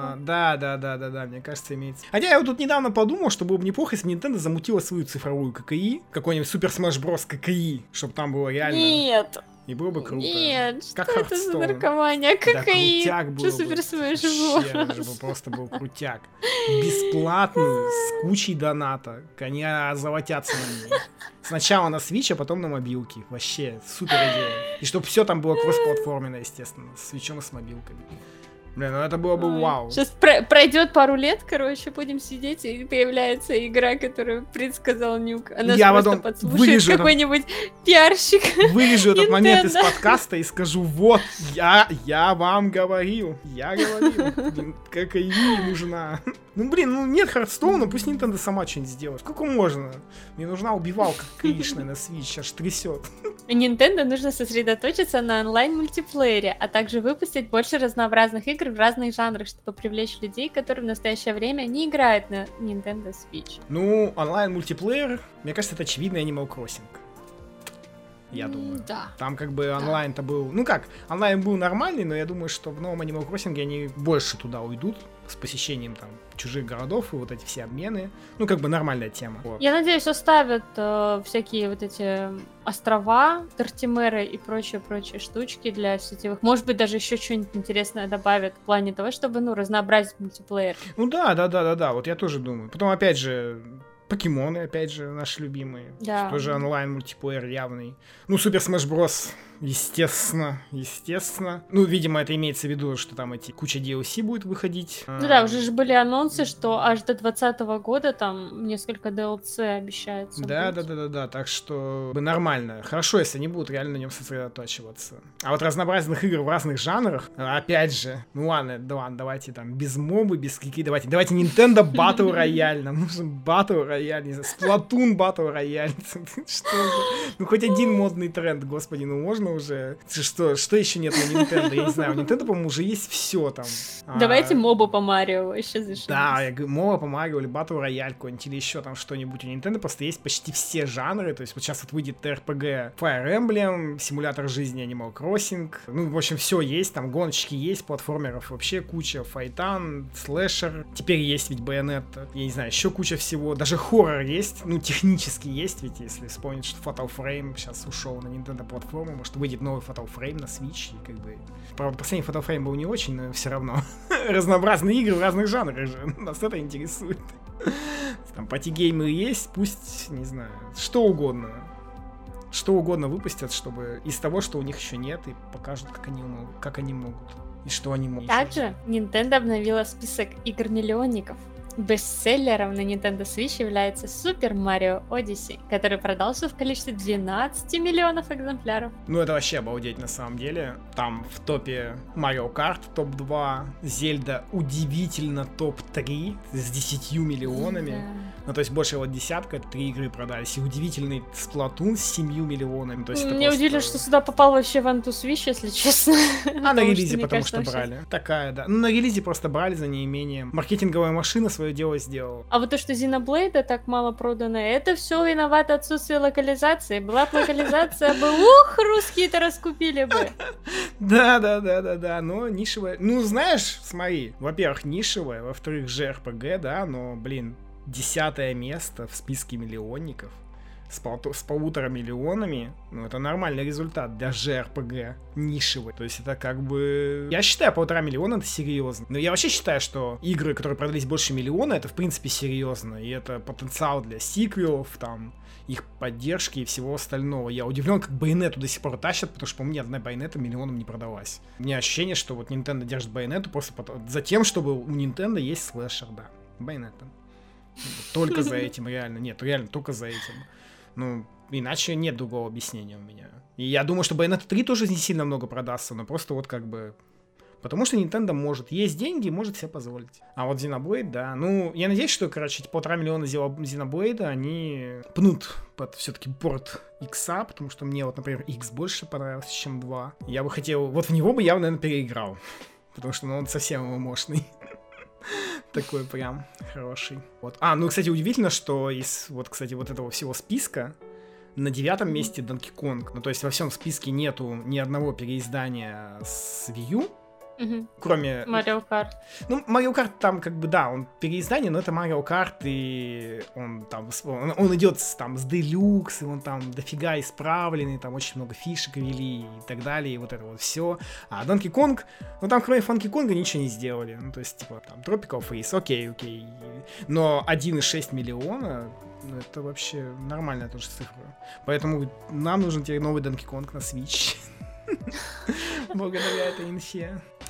Да, мне кажется, имеется. Хотя я вот тут недавно подумал, что было бы неплохо, если Nintendo замутила свою цифровую ККИ, какой-нибудь Super Smash Bros. ККИ, чтобы там было реально... Нет. И было бы круто. Нет, как что это за наркомания? ККИ? Да, крутяк был Супер Smash Bros. Просто был крутяк. Бесплатный, с кучей доната. Они золотятся на ней. Сначала на Switch, а потом на мобилке. Вообще, супер идея. И чтобы все там было кроссплатформенно, естественно. С Switch'ом и с мобилками. Блин, ну это было бы вау. Сейчас пройдет пару лет, короче, будем сидеть, и появляется игра, которую предсказал Нюк. А нас Я просто потом подслушает какой-нибудь пиарщик. Вырежу этот момент из Nintendo. подкаста и скажу, вот, я вам говорил. Я говорил. Блин, какая ей нужна. Ну, блин, ну нет Хардстоуна, пусть Nintendo сама что-нибудь сделает. Сколько можно? Мне нужна убивалка кришная на Switch, аж трясет. Nintendo нужно сосредоточиться на онлайн-мультиплеере, а также выпустить больше разнообразных игр в разных жанрах, чтобы привлечь людей, которые в настоящее время не играют на Nintendo Switch. Ну, онлайн-мультиплеер, мне кажется, это очевидный Animal Crossing. Я думаю. Да. Там как бы онлайн-то был... Ну как, онлайн был нормальный, но я думаю, что в новом Animal Crossing они больше туда уйдут с посещением там чужих городов и вот эти все обмены. Ну как бы нормальная тема. Вот. Я надеюсь, оставят всякие вот эти острова, Тортимеры и прочие штучки для сетевых. Может быть, даже еще что-нибудь интересное добавят в плане того, чтобы, ну, разнообразить мультиплеер. Ну да, вот я тоже думаю. Потом, опять же, покемоны, опять же, наши любимые. Да. Тоже онлайн-мультиплеер явный. Ну, Super Smash Bros. Естественно. Ну, видимо, это имеется в виду, что там эти куча DLC будет выходить. Ну да, уже же были анонсы, что аж до 2020 года там несколько DLC обещается. Да, так что нормально. Хорошо, если они будут реально на нем сосредотачиваться. А вот разнообразных игр в разных жанрах, опять же, ну ладно, давайте там без мобы, без кики, давайте Nintendo Battle Royale, нам нужен Battle Royale, не знаю, Splatoon Battle Royale. Что же? Ну хоть один модный тренд, господи, ну можно уже? Что еще нет на Nintendo? Я не знаю, у Nintendo, по-моему, уже есть все там. Давайте моба по Марио вообще зашли. Да, я говорю, моба по Марио или Battle Royale какой-нибудь, или еще там что-нибудь. У Nintendo просто есть почти все жанры, то есть вот сейчас вот выйдет RPG Fire Emblem, симулятор жизни Animal Crossing, ну, в общем, все есть, там гоночки есть, платформеров вообще куча, файтан, слэшер, теперь есть ведь Bayonetta, я не знаю, еще куча всего, даже хоррор есть, ну, технически есть, ведь если вспомнить, что Fatal Frame сейчас ушел на Nintendo платформу, может, выйдет новый Fatal Frame на Switch, и как бы... Правда, последний Fatal Frame был не очень, но все равно. Разнообразные игры в разных жанрах же, нас это интересует. Там пати-геймы есть, пусть, не знаю, что угодно выпустят, чтобы из того, что у них еще нет, и покажут, как они могут, и что они могут. Также Nintendo обновила список игр-миллионников. Бестселлером на Nintendo Switch является Super Mario Odyssey, который продался в количестве 12 миллионов экземпляров. Ну, это вообще обалдеть на самом деле. Там в топе Mario Kart топ-2, Зельда удивительно топ-3 с 10 миллионами. Да. Ну, то есть больше вот десятка, 3 игры продались. И удивительный Splatoon с 7 миллионами. То есть это Мне просто... удивило, что сюда попал вообще One to Switch, если честно. А на релизе потому что брали. Такая, да. Ну, на релизе просто брали за неимением. Маркетинговая машина свое дело сделала. А вот то, что Xenoblade так мало продано, это все виновато отсутствие локализации. Была бы локализация, русские-то раскупили бы. Да, но нишевая. Ну, знаешь, смотри, во-первых, нишевая, во-вторых, JRPG, да, но, блин, 10-е место в списке миллионников с 1,5 миллионами, ну, это нормальный результат для JRPG нишевый. То есть это как бы... Я считаю, 1,5 миллиона это серьезно. Но я вообще считаю, что игры, которые продались больше миллиона, это в принципе серьезно. И это потенциал для сиквелов, там, их поддержки и всего остального. Я удивлен, как Bayonetta до сих пор тащат, потому что, по-моему, ни одна Bayonetta миллионом не продалась. У меня ощущение, что вот Nintendo держит Bayonetta просто за тем, чтобы у Nintendo есть слэшер, да. Bayonetta. Только за этим, реально. Нет, реально, только за этим. Ну, иначе нет другого объяснения у меня. И я думаю, что Bayonetta 3 тоже не сильно много продастся, но просто вот как бы... Потому что Nintendo может. Есть деньги, может себе позволить. А вот Xenoblade, да. Ну, я надеюсь, что, короче, эти 1,5 миллиона Xenoblade, они пнут под все-таки порт X, потому что мне вот, например, X больше понравился, чем 2. Я бы хотел... Вот в него бы я, наверное, переиграл. Потому что, ну, он совсем мощный. Такой прям хороший. Вот. А, ну, кстати, удивительно, что из вот, кстати, вот этого всего списка на 9-м месте Donkey Kong. Ну, то есть во всем списке нету ни одного переиздания с Wii U. Кроме... Mario Kart. Ну, Mario Kart там как бы, да, он переиздание, но это Mario Kart, и он там, он идет там с Deluxe, и он там дофига исправленный, там очень много фишек ввели и так далее, и вот это вот все. А Donkey Kong, ну там кроме Funky Kong ничего не сделали. Ну, то есть, типа, там, Tropical Freeze, окей. Но 1,6 миллиона, ну, это вообще нормальная тоже цифра. Поэтому нам нужен теперь новый Donkey Kong на Switch. Благодаря этой инфе.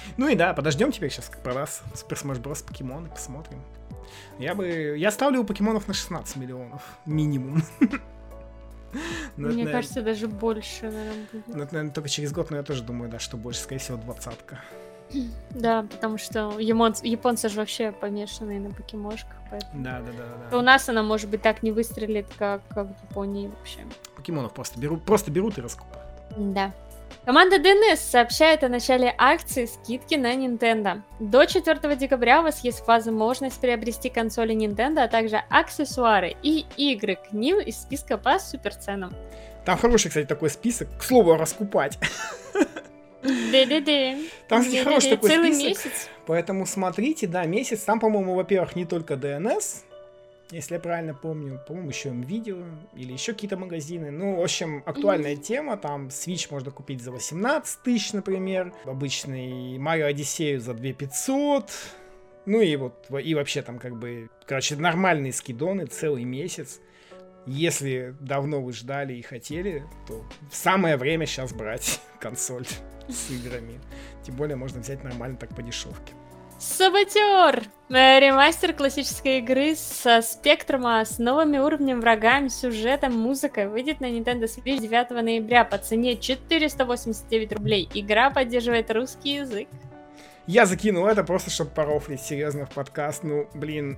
Ну и да, подождем теперь сейчас про нас Super Smash Bros. Покемоны, посмотрим. Я ставлю у покемонов на 16 миллионов. Минимум. Мне кажется, даже больше, наверное, будет. Ну, это, наверное, только через год, но я тоже думаю, да, что больше, скорее всего, 20-ка. Да, потому что японцы же вообще помешанные на покемошках, поэтому... Да. У нас она, может быть, так не выстрелит, как в Японии вообще. Покемонов просто берут и раскупают. Да. Команда DNS сообщает о начале акции скидки на Nintendo. До 4 декабря у вас есть возможность приобрести консоли Nintendo, а также аксессуары и игры к ним из списка по суперценам. Там хороший, кстати, такой список. К слову, раскупать. Да-да-да. Там, кстати, хороший такой целый список. месяц. Поэтому смотрите, да, месяц. Там, по-моему, во-первых, не только DNS, если я правильно помню. По-моему, еще Nvidia или еще какие-то магазины. Ну, в общем, актуальная тема. Там Switch можно купить за 18 тысяч, например. Обычный Mario Odyssey за 2500. Ну и вот, и вообще там как бы, короче, нормальные скидоны целый месяц. Если давно вы ждали и хотели, то самое время сейчас брать консоль с играми. Тем более можно взять нормально так по дешевке. Саботер! Ремастер классической игры со спектрума, с новыми уровнями, врагами, сюжетом, музыкой выйдет на Nintendo Switch 9 ноября по цене 489 рублей. Игра поддерживает русский язык. Я закинул это просто, чтобы порофлить серьезно в подкаст. Ну, блин.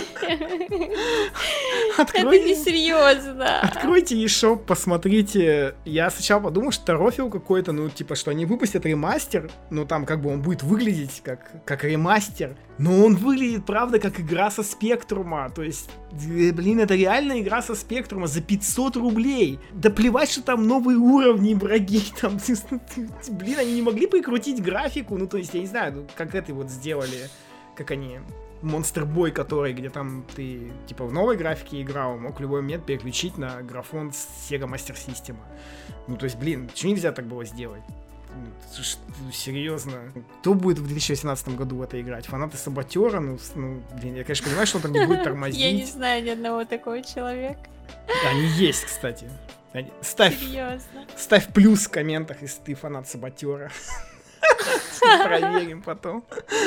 Это несерьезно. Откройте eShop, посмотрите. Я сначала подумал, что рофил какой-то, ну, типа, что они выпустят ремастер. Ну, там, как бы он будет выглядеть как ремастер. Но он выглядит, правда, как игра со спектрума. То есть, блин, это реально игра со спектрума за 500 рублей. Да плевать, что там новые уровни, враги. Там, блин, они не могли прикрутить графику. Ну, то есть, я не знаю, как это вот сделали. Как они... Monster Boy, который, где там ты, типа, в новой графике играл, мог в любой момент переключить на графон с Sega Master System. Ну, то есть, блин, что нельзя так было сделать? Серьезно. Кто будет в 2018 году в это играть? Фанаты Саботера? Ну, блин, я, конечно, понимаю, что он там не будет тормозить. Я не знаю ни одного такого человека. Они есть, кстати. Серьезно. Ставь плюс в комментах, если ты фанат Саботера. Проверим потом.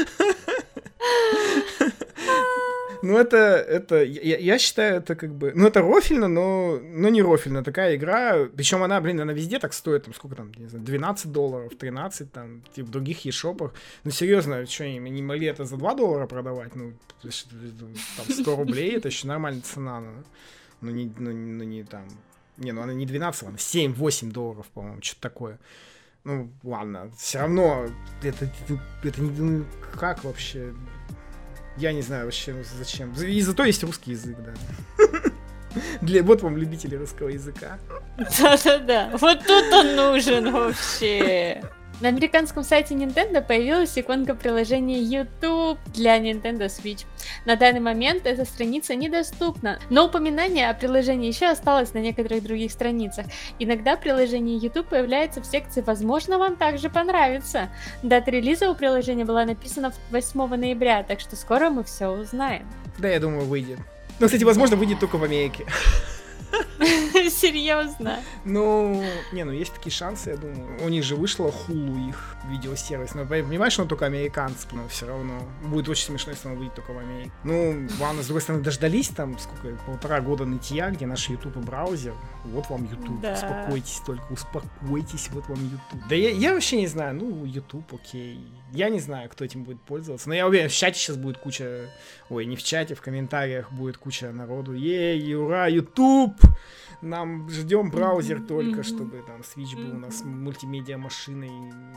Ну, я считаю, это как бы... Ну, это рофильно, но не рофильно. Такая игра, причем она, блин, она везде так стоит, там, сколько там, не знаю, $12, 13, там, типа, в других eShop'ах. Ну, серьезно, что, они не могли это за $2 продавать? Ну, там, 100 рублей, это еще нормальная цена. Ну, не там... Не, ну, она не 12, она $7-8, по-моему, что-то такое. Ну, ладно, все равно, это не... Как вообще... Я не знаю вообще, зачем. И зато есть русский язык, да. Вот вам любители русского языка. Да-да-да, вот тут он нужен вообще. На американском сайте Nintendo появилась иконка приложения YouTube для Nintendo Switch. На данный момент эта страница недоступна, но упоминание о приложении еще осталось на некоторых других страницах. Иногда приложение YouTube появляется в секции «Возможно, вам также понравится». Дата релиза у приложения была написана 8 ноября, так что скоро мы все узнаем. Да, я думаю, выйдет. Но, кстати, возможно, выйдет только в Америке. Серьезно? Ну, есть такие шансы, я думаю. У них же вышло Hulu, их видеосервис. Но понимаешь, что он только американский, но все равно будет очень смешно, если он выйдет только в Америке. Ну, ладно, с другой стороны, дождались там, сколько, 1,5 года нытья, где наш YouTube и браузер. Вот вам YouTube. Да. Успокойтесь только, успокойтесь, вот вам YouTube. Да я вообще не знаю, ну, YouTube, окей. Я не знаю, кто этим будет пользоваться. Но я уверен, в чате сейчас будет куча... Ой, не в чате, в комментариях будет куча народу. Ей, ура, YouTube! Нам ждем браузер только, чтобы там Switch был у нас мультимедиа-машиной.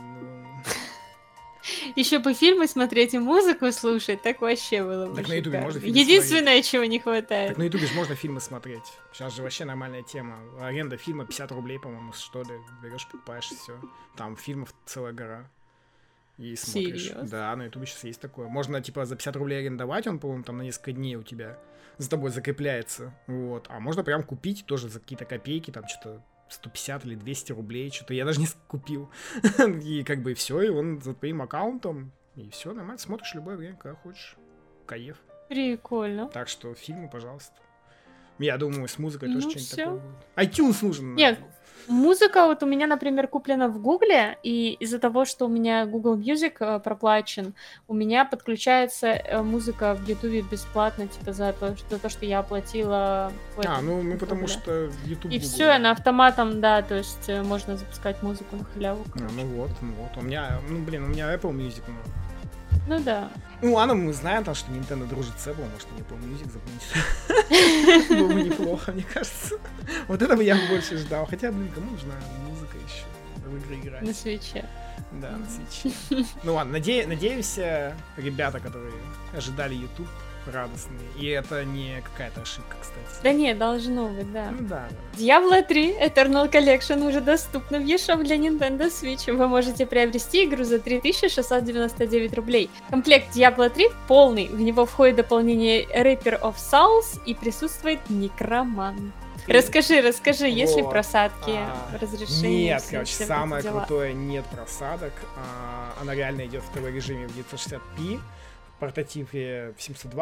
Еще бы фильмы смотреть и музыку слушать, так вообще было бы. Так на Ютубе можно фильмы единственное, смотреть. Чего не хватает. Так на Ютубе же можно фильмы смотреть. Сейчас же вообще нормальная тема. Аренда фильма 50 рублей, по-моему, что ли. Берешь, покупаешь, все. Там фильмов целая гора. И смотришь. Серьезно? Да, на Ютубе сейчас есть такое. Можно, типа, за 50 рублей арендовать, он, по-моему, там на несколько дней у тебя за тобой закрепляется. Вот. А можно прям купить тоже за какие-то копейки, там что-то 150 или 200 рублей, что-то я даже не купил. И как бы все, и он за твоим аккаунтом, и все, нормально, смотришь любое время, когда хочешь. Кайф. Прикольно. Так что фильмы, пожалуйста. Я думаю, с музыкой тоже Ну что-нибудь всё. такое будет. iTunes нужен. Нет, музыка вот у меня, например, куплена в Гугле, и из-за того, что у меня Google Music проплачен, у меня подключается музыка в Ютубе бесплатно, типа за то, что я оплатила в этом, Ну в потому Гугле. что YouTube И Google. все, она автоматом, да, то есть можно запускать музыку на халяву. Ну вот. У меня, у меня Apple Music. Ну да. Ну ладно, мы знаем, там, что Nintendo дружит с Apple, может, они Apple Music запомнить. Было бы неплохо, мне кажется. Вот это бы я больше ждал. Хотя, кому нужна музыка еще в игры играть? На свече. Да, на свече. Ну ладно, надеемся, ребята, которые ожидали YouTube, радостные. И это не какая-то ошибка, кстати. Да не, должно быть, да. Ну да. Diablo 3 Eternal Collection уже доступна в eShop для Nintendo Switch. Вы можете приобрести игру за 3699 рублей. Комплект Diablo 3 полный. В него входит дополнение Reaper of Souls и присутствует Некроман. Расскажи, есть ли Вот. просадки, разрешения? Нет, все короче, вот эти самое дела? крутое, нет просадок. Она реально идет в ТВ-режиме в 960p, в портативе в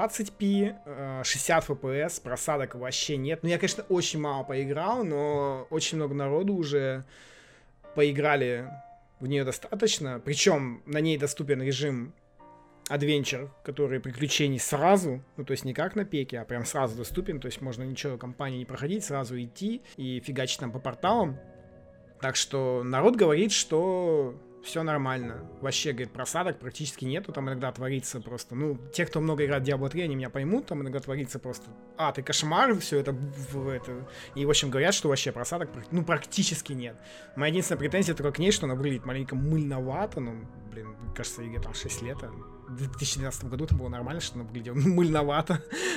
720p, 60 FPS, просадок вообще нет. Ну, я, конечно, очень мало поиграл, но очень много народу уже поиграли в нее достаточно. Причем на ней доступен режим Adventure, который приключений сразу, ну то есть не как на пеке, а прям сразу доступен, то есть можно ничего компании не проходить, сразу идти и фигачить там по порталам. Так что народ говорит, что все нормально. Вообще, говорит, просадок практически нету, там иногда творится просто, ну, те, кто много играет в Diablo 3, они меня поймут, там иногда творится просто, ты кошмар, все это, и, в общем, говорят, что вообще просадок, ну, практически нет. Моя единственная претензия только к ней, что она выглядит маленько мыльновато, ну, кажется, ей там 6 лет, в 2012 году это было нормально, что она выглядела мыльновато.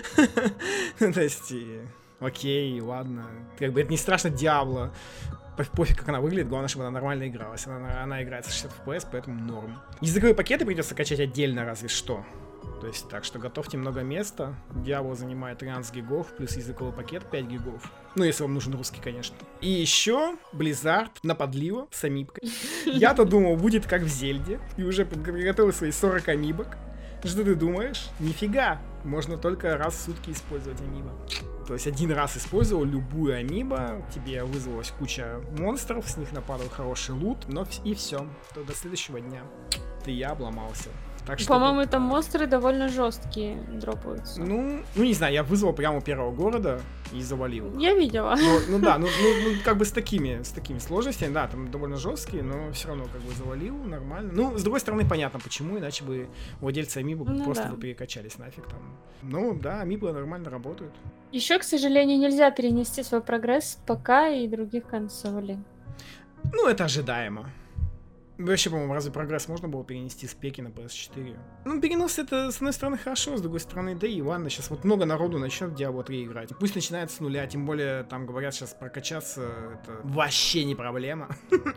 То есть, окей, ладно. Как бы это не страшно, Диабло. Пофиг, как она выглядит, главное, чтобы она нормально игралась. Она играет со 60 FPS, поэтому норм. Языковые пакеты придется качать отдельно, разве что. То есть, так что готовьте много места. Diablo занимает 13 гигов, плюс языковый пакет 5 гигов. Ну, если вам нужен русский, конечно. И еще Blizzard наподлила с амибкой. Я-то думал, будет как в Зельде. И уже приготовил свои 40 амибок. Что ты думаешь? Нифига. Можно только раз в сутки использовать амибо. То есть один раз использовал любую амибо, тебе вызвалась куча монстров, с них нападал хороший лут, но и все. То до следующего дня ты я обломался. Так что По-моему, вот, там монстры довольно жесткие дропаются. Ну, не знаю, я вызвал прямо первого города и завалил. Я видела. Ну да, как бы с такими сложностями, да, там довольно жесткие, но все равно как бы завалил нормально. Ну, с другой стороны, понятно почему, иначе бы владельцы амибо просто бы перекачались нафиг там. Ну да, амибо нормально работают. Еще, к сожалению, нельзя перенести свой прогресс с ПК и других консолей. Ну, это ожидаемо. Вообще, по-моему, разве прогресс можно было перенести с пеки на PS4? Ну, перенос это, с одной стороны, хорошо, с другой стороны, да и ладно, сейчас вот много народу начнет в Diablo 3 играть. Пусть начинает с нуля, тем более, там говорят, сейчас прокачаться, это вообще не проблема.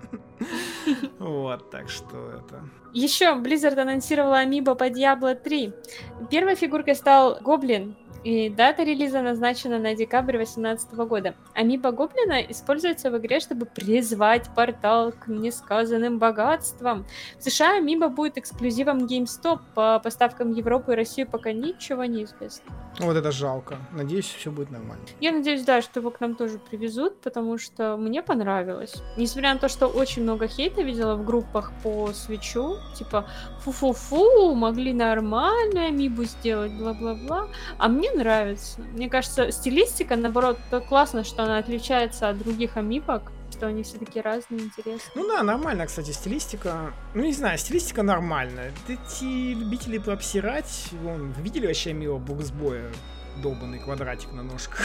Вот, так что это... Еще Blizzard анонсировала амибо по Diablo 3. Первой фигуркой стал Гоблин, и дата релиза назначена на декабрь 2018 года. Амибо Гоблина используется в игре, чтобы призвать портал к несказанным богатствам. В США амибо будет эксклюзивом GameStop, по поставкам в Европу и Россию пока ничего не известно. Вот это жалко. Надеюсь, все будет нормально. Я надеюсь, да, что его к нам тоже привезут, потому что мне понравилось. Несмотря на то, что очень много хейта видела в группах по свечу, типа фу-фу-фу, могли нормальную амибу сделать, бла-бла-бла. А мне нравится. Мне кажется, стилистика, наоборот, классно, что она отличается от других амибок, что они все такие разные, интересные. Ну да, нормально, кстати, стилистика. Ну не знаю, стилистика нормальная. Эти любители пообсирать, вон, вы видели вообще амибо боксбоя? Долбанный квадратик на ножках.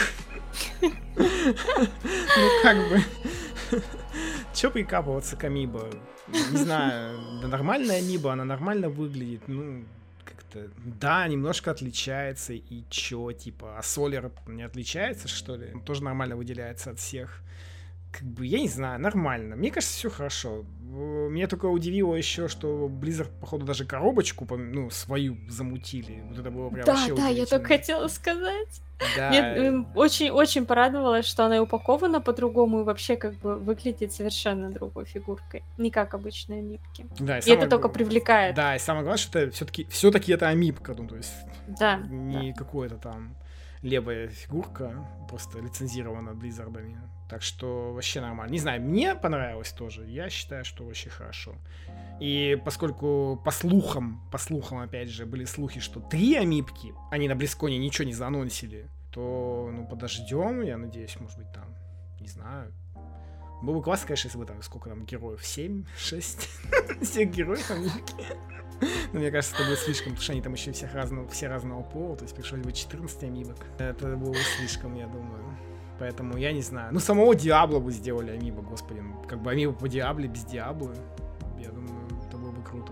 Ну как бы... Чё прикапываться к амибо? Не знаю, да нормальная амиба, она нормально выглядит, ну... как-то, да, немножко отличается, и чё, типа, а Солер не отличается, что ли? Он тоже нормально выделяется от всех. Как бы, я не знаю, нормально. Мне кажется, все хорошо. Меня только удивило еще, что Blizzard, походу, даже коробочку, ну, свою замутили. Вот это было прям вообще Да, я только хотела сказать. Да. Мне очень порадовалось, что она и упакована по-другому и вообще как бы выглядит совершенно другой фигуркой. Не как обычные амибки. Да, и это только привлекает. Да, и самое главное, что это все-таки это амибка, ну, то есть да, не какое-то там левая фигурка, просто лицензирована Blizzard'ами. Так что вообще нормально. Не знаю, мне понравилось тоже. Я считаю, что очень хорошо. И поскольку по слухам, опять же, были слухи, что 3 амибки, они на Близконе ничего не заанонсили, то, ну, подождем, я надеюсь, может быть, там, не знаю. Было бы классно, конечно, если бы там, сколько там героев, 7, 6, всех героев амибки. Но мне кажется, это будет слишком, потому что они там еще все разного пола, то есть пришлось бы 14 амибок. Это было бы слишком, я думаю. Поэтому я не знаю. Ну, самого Диабло бы сделали амибо, господи. Как бы амибо по Диабле без Диабло. Я думаю, это было бы круто.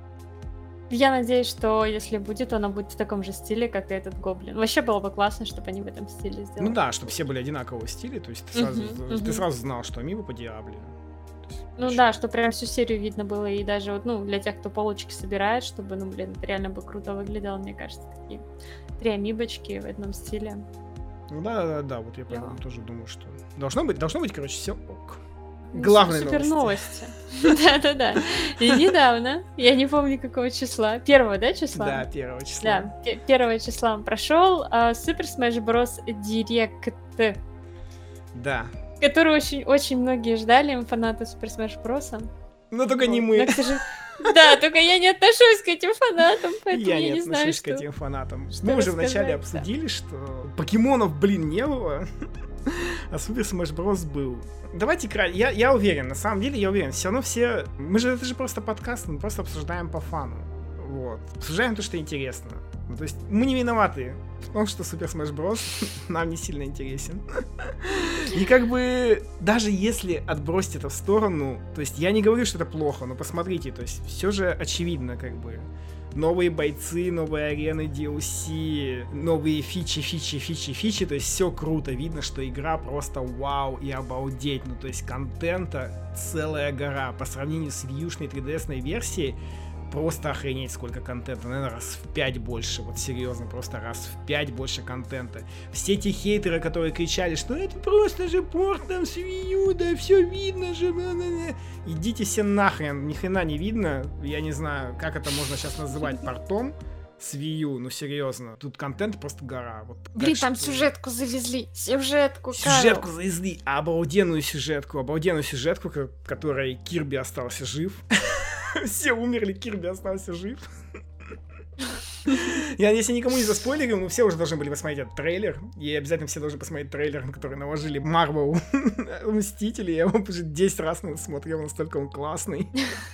Я надеюсь, что если будет, оно будет в таком же стиле, как и этот гоблин. Вообще было бы классно, чтобы они в этом стиле сделали. Ну да, чтобы все были одинакового стиля, то есть ты сразу знал, что амибо по Диабле. Ну да, что прям всю серию видно было, и даже вот, ну, для тех, кто полочки собирает, чтобы, ну, блин, это реально бы круто выглядело, мне кажется, такие 3 амибочки в одном стиле. Ну да, вот я поэтому тоже думаю, что должно быть, короче, все ок. Главные супер новости. Да. И недавно, я не помню какого числа, 1 числа? Да, 1 числа. Да, 1 числа прошел Super Smash Bros. Direct. Да. Который очень многие ждали, фанаты Super Smash Bros. Но только не мы. Да, только я не отношусь к этим фанатам, поэтому я не знаю, что... к этим фанатам. Мы уже вначале обсудили, что покемонов, блин, не было, а Super Smash Bros. Был. Давайте, я уверен, на самом деле я уверен, все равно все... это же просто подкаст, мы просто обсуждаем по фану. Вот. Обсуждаем то, что интересно. Ну, то есть мы не виноваты в том, что Super Smash Bros. Нам не сильно интересен. И как бы даже если отбросить это в сторону, то есть я не говорю, что это плохо, но посмотрите, то есть все же очевидно, как бы. Новые бойцы, новые арены, DLC, новые фичи, то есть все круто, видно, что игра просто вау и обалдеть, ну то есть контента целая гора, по сравнению с Wii-шной 3DS-ной версией, просто охренеть, сколько контента. Наверное, раз в 5 больше. Вот серьезно, просто раз в 5 больше контента. Все те хейтеры, которые кричали, что это просто же порт там с Wii U, да все видно же. Идите все нахрен, ни хрена не видно. Я не знаю, как это можно сейчас называть портом с Wii U, ну серьезно. Тут контент просто гора. Вот, блин, там сюжетку завезли. Сюжетку завезли. Обалденную сюжетку, которой Кирби остался жив. Все умерли, Кирби остался жив. Я, если никому не заспойлерил, но все уже должны были посмотреть этот трейлер. И обязательно все должны посмотреть трейлер, на который наложили Marvel Мстители. Я его уже 10 раз смотрел, настолько он классный.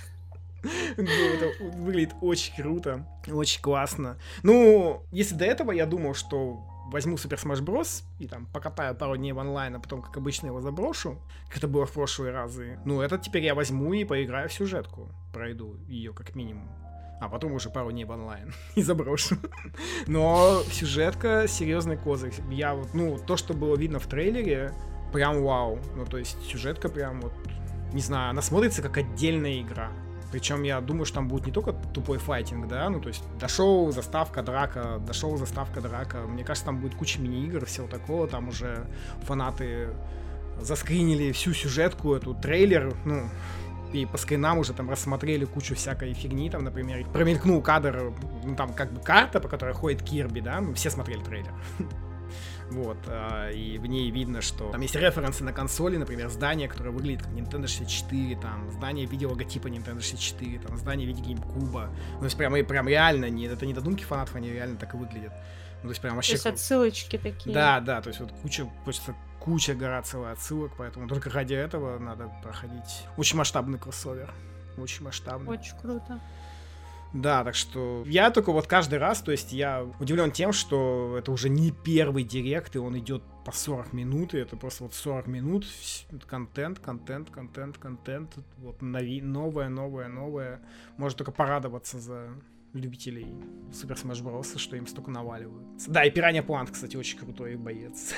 Это выглядит очень круто, очень классно. Ну, если до этого я думал, что возьму Super Smash Bros. И там покатаю пару дней в онлайн, а потом, как обычно, его заброшу, как это было в прошлые разы. Ну, это теперь я возьму и поиграю в сюжетку. Пройду ее как минимум. А потом уже пару дней в онлайн и заброшу. Но сюжетка — серьезный козырь. Я вот, ну, то, что было видно в трейлере, прям вау. Ну, то есть сюжетка прям вот, не знаю, она смотрится как отдельная игра. Причем я думаю, что там будет не только тупой файтинг, да, ну то есть дошел, заставка, драка. Мне кажется, там будет куча мини-игр, всего такого, там уже фанаты заскринили всю сюжетку, эту трейлер, ну, и по скринам уже там рассмотрели кучу всякой фигни, там, например, промелькнул кадр, ну там как бы карта, по которой ходит Кирби, да, ну, все смотрели трейлер. Вот, и в ней видно, что там есть референсы на консоли, например, здание, которое выглядит как Nintendo 64, там, здание в виде логотипа Nintendo 64, там, здание в виде GameCube. Ну, то есть прям реально, это не додумки фанатов, они реально так и выглядят. Ну, то есть прям вообще... То есть отсылочки такие. Да, то есть вот куча гора целая отсылок, поэтому только ради этого надо проходить. Очень масштабный кроссовер. Очень масштабный. Очень круто. Да, так что я только вот каждый раз, то есть я удивлен тем, что это уже не первый директ, и он идет по 40 минут, и это просто вот 40 минут, контент, вот новое. Можно только порадоваться за любителей Super Smash Bros., что им столько наваливают. Да, и Piranha Plant, кстати, очень крутой боец.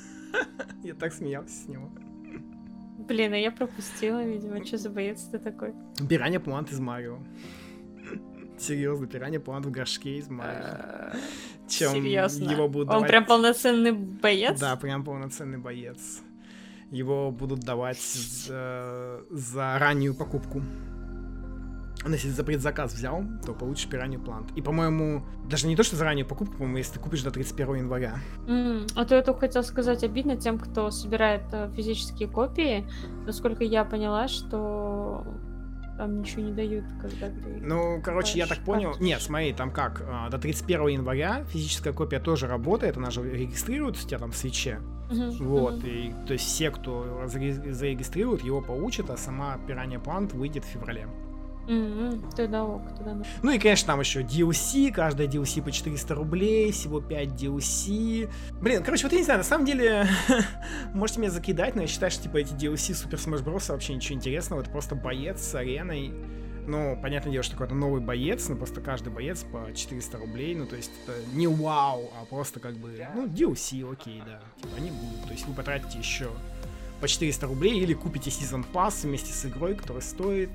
Я так смеялся с него. Блин, а я пропустила, видимо, что за боец ты такой? Piranha Plant из Марио. Серьезно, Piranha Plant в горшке из Марио. Серьезно? Его будут Он давать... прям полноценный боец? Да, прям полноценный боец. Его будут давать за раннюю покупку. Но если за предзаказ взял, то получишь пиранью плант. И, по-моему, даже не то, что заранее покупку, по-моему, если ты купишь до 31 января. А то я только хотела сказать, обидно тем, кто собирает физические копии. Насколько я поняла, что там ничего не дают, когда ты... Ну, короче, я так понял... карточку. Нет, смотри, там как, до 31 января физическая копия тоже работает, она же регистрируется у тебя там в свече. Вот, и то есть все, кто зарегистрирует, его получат, а сама пиранья плант выйдет в феврале. Тогда ок, тогда ну. Ну и, конечно, там еще DLC, каждая DLC по 400 рублей, всего 5 DLC. Блин, короче, вот я не знаю, на самом деле, можете меня закидать, но я считаю, что, типа, эти DLC Super Smash Bros. Вообще ничего интересного, это просто боец с ареной. Ну, понятное дело, что какой-то новый боец, но просто каждый боец по 400 рублей, ну, то есть это не вау, а просто как бы, ну, DLC, окей, да, типа, они будут, то есть вы потратите еще по 400 рублей или купите Season Pass вместе с игрой, которая стоит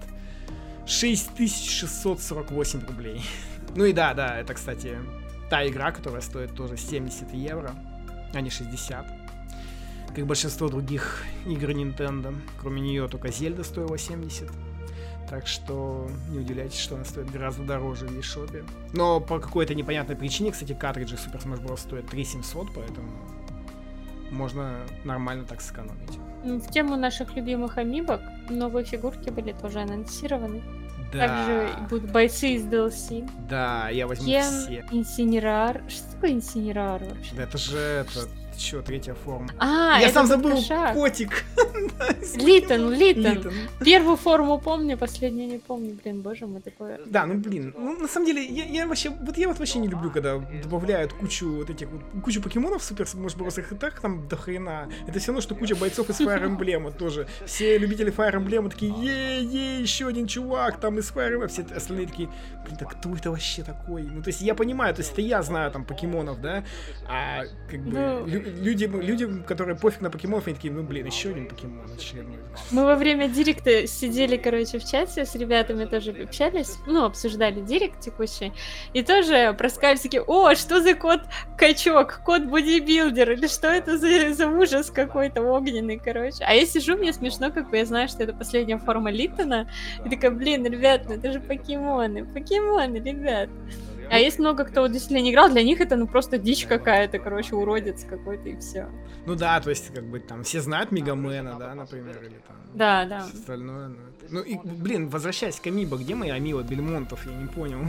6648 рублей. Ну и да, это, кстати, та игра, которая стоит тоже 70 евро, а не 60. Как большинство других игр Nintendo. Кроме нее только Зельда стоила 70. Так что не удивляйтесь, что она стоит гораздо дороже в eShop. Но по какой-то непонятной причине, кстати, картриджи Super Smash Bros. Стоят 3700, поэтому можно нормально так сэкономить. В тему наших любимых амибок новые фигурки были тоже анонсированы. Да. Также будут бойцы из DLC. Да, я возьму Кен, все. Инсинерар. Что такое Инсинерар вообще? Да это же это... Чё, третья форма? А, я это сам забыл, кошак. котик. Литон. Первую форму помню, последнюю не помню. Блин, боже мой, такое. Да, ну блин, ну на самом деле, я вообще вообще не люблю, когда добавляют кучу вот этих вот, кучу покемонов в Super Smash Bros. Их и так там до хрена. Это все равно, что куча бойцов из Fire Emblem тоже. Все любители Fire Emblem такие, еще один чувак там из Fire Emblem. Все остальные такие, блин, да кто это вообще такой? Ну, то есть я понимаю, то есть это я знаю там покемонов, да, а как бы люди, которые пофиг на покемонов, они такие, ну блин, еще один покемон очередной. Мы во время директа сидели, короче, в чате с ребятами тоже общались, ну, обсуждали директ текущий, и тоже проскальзывали такие, о, что за кот-качок, кот-бодибилдер, или что это за ужас какой-то огненный, короче. А я сижу, мне смешно, как бы я знаю, что это последняя форма Литтона, и такая, блин, ребят, ну это же покемоны, ребят. А есть много кто вот действительно не играл, для них это ну просто дичь какая-то, короче, уродец какой-то и все. Ну да, то есть как бы там все знают Мегамена, да, например, или там да. Все остальное. Ну и, блин, возвращаясь к Амибо, где мои Амибо Бельмонтов, я не понял.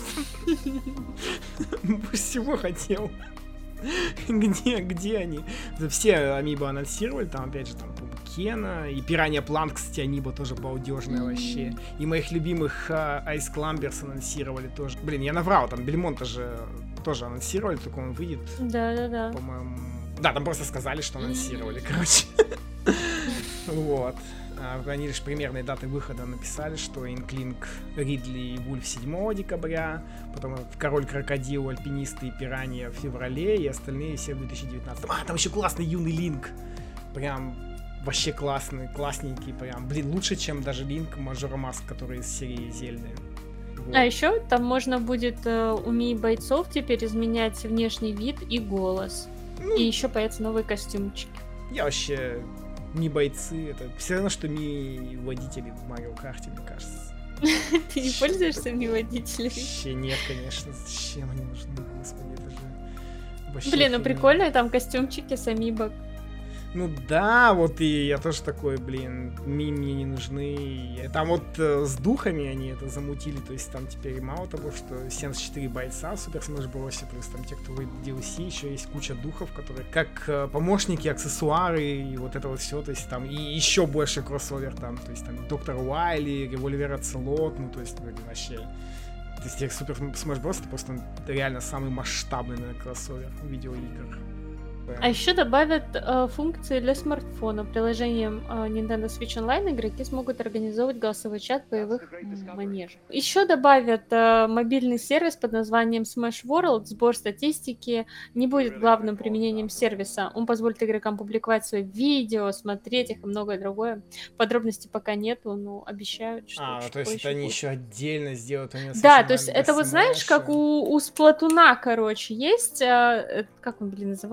Больше всего хотел. Где они? Все Амибо анонсировали, там опять же там Кена, и Пиранья Плант, кстати, Амибо тоже балдежная вообще. И моих любимых Ice Climbers анонсировали тоже. Блин, я наврал, там Бельмонта же тоже анонсировали, только он выйдет. Да. По-моему. Да, там просто сказали, что анонсировали, короче. Вот. Они лишь примерные даты выхода написали, что Инклинг, Ридли и Вульф 7 декабря, потом Король Крокодил, Альпинисты и Пиранья в феврале, и остальные все в 2019. А, там еще классный юный Линк. Прям вообще классненький, прям. Блин, лучше, чем даже Линк Мажора Маск, который из серии Зельды. Вот. А еще там можно будет у Мии бойцов теперь изменять внешний вид и голос. И еще появятся новые костюмчики. Я вообще... Ми бойцы, это все равно, что ми водители в Марио Карте, мне кажется. Ты не пользуешься ми водителями? Вообще нет, конечно. Зачем они нужны, господи, это же... Вообще блин, ну прикольные там костюмчики с амибок. Ну да, вот и я тоже такой, блин, ми мне не нужны. Там вот с духами они это замутили, то есть там теперь мало того, что 74 бойца в Super Smash Bros, плюс там те, кто выйдет DLC, еще есть куча духов, которые как помощники, аксессуары и вот это вот все, то есть там и еще больше кроссовер там, то есть там Доктор Уайли, Револьвер Оцелот, ну то есть, блин, вообще... То есть Super Smash Bros это просто реально самый масштабный, наверное, кроссовер видеоигр. А еще добавят функции для смартфона. Приложением Nintendo Switch Online игроки смогут организовывать голосовой чат в боевых манежах. Еще добавят мобильный сервис под названием Smash World. Сбор статистики не будет главным применением сервиса. Он позволит игрокам публиковать свои видео, смотреть их и многое другое. Подробностей пока нету, но обещают, что то есть это они будет. еще отдельно сделают. Да, то есть это вот знаешь, как у Сплатуна, короче, есть, как он, блин, назывался-то?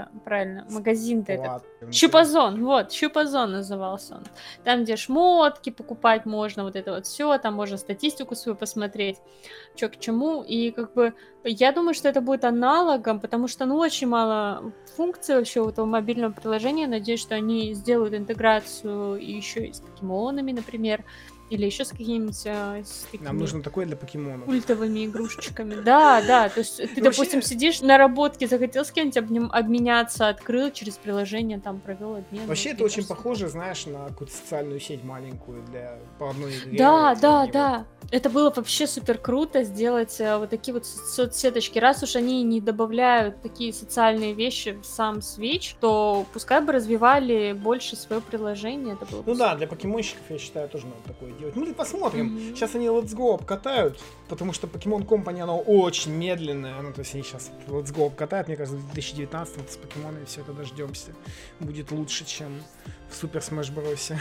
называется правильно? Магазин-то этот. Ладно. Щупазон, вот, Щупазон назывался он. Там, где шмотки покупать можно, вот это вот все, там можно статистику свою посмотреть, что к чему, и как бы я думаю, что это будет аналогом, потому что, ну, очень мало функций вообще у этого мобильного приложения, надеюсь, что они сделают интеграцию еще и с покемонами, например, или еще с какими-нибудь с такими Нам нужно такое для покемонов. культовыми игрушечками. Да, то есть ты, допустим, сидишь на работке, захотел с кем-нибудь обменяться, открыл через приложение, там провел обмен. Вообще это очень похоже, знаешь, на какую-то социальную сеть маленькую по одной игре. Да. Это было вообще супер круто сделать вот такие вот соцсеточки. Раз уж они не добавляют такие социальные вещи в сам Switch, то пускай бы развивали больше свое приложение. Это было бы да, для покемонщиков, я считаю, тоже надо такое делать. Ну, посмотрим. Сейчас они Let's Go обкатают, потому что Pokemon Company, оно очень медленное. Ну, то есть они сейчас Let's Go обкатают, мне кажется, в 2019 с покемонами все это дождемся. Будет лучше, чем в Super Smash Bros.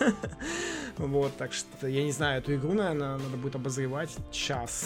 Вот, так что, я не знаю, эту игру, наверное, надо будет обозревать час.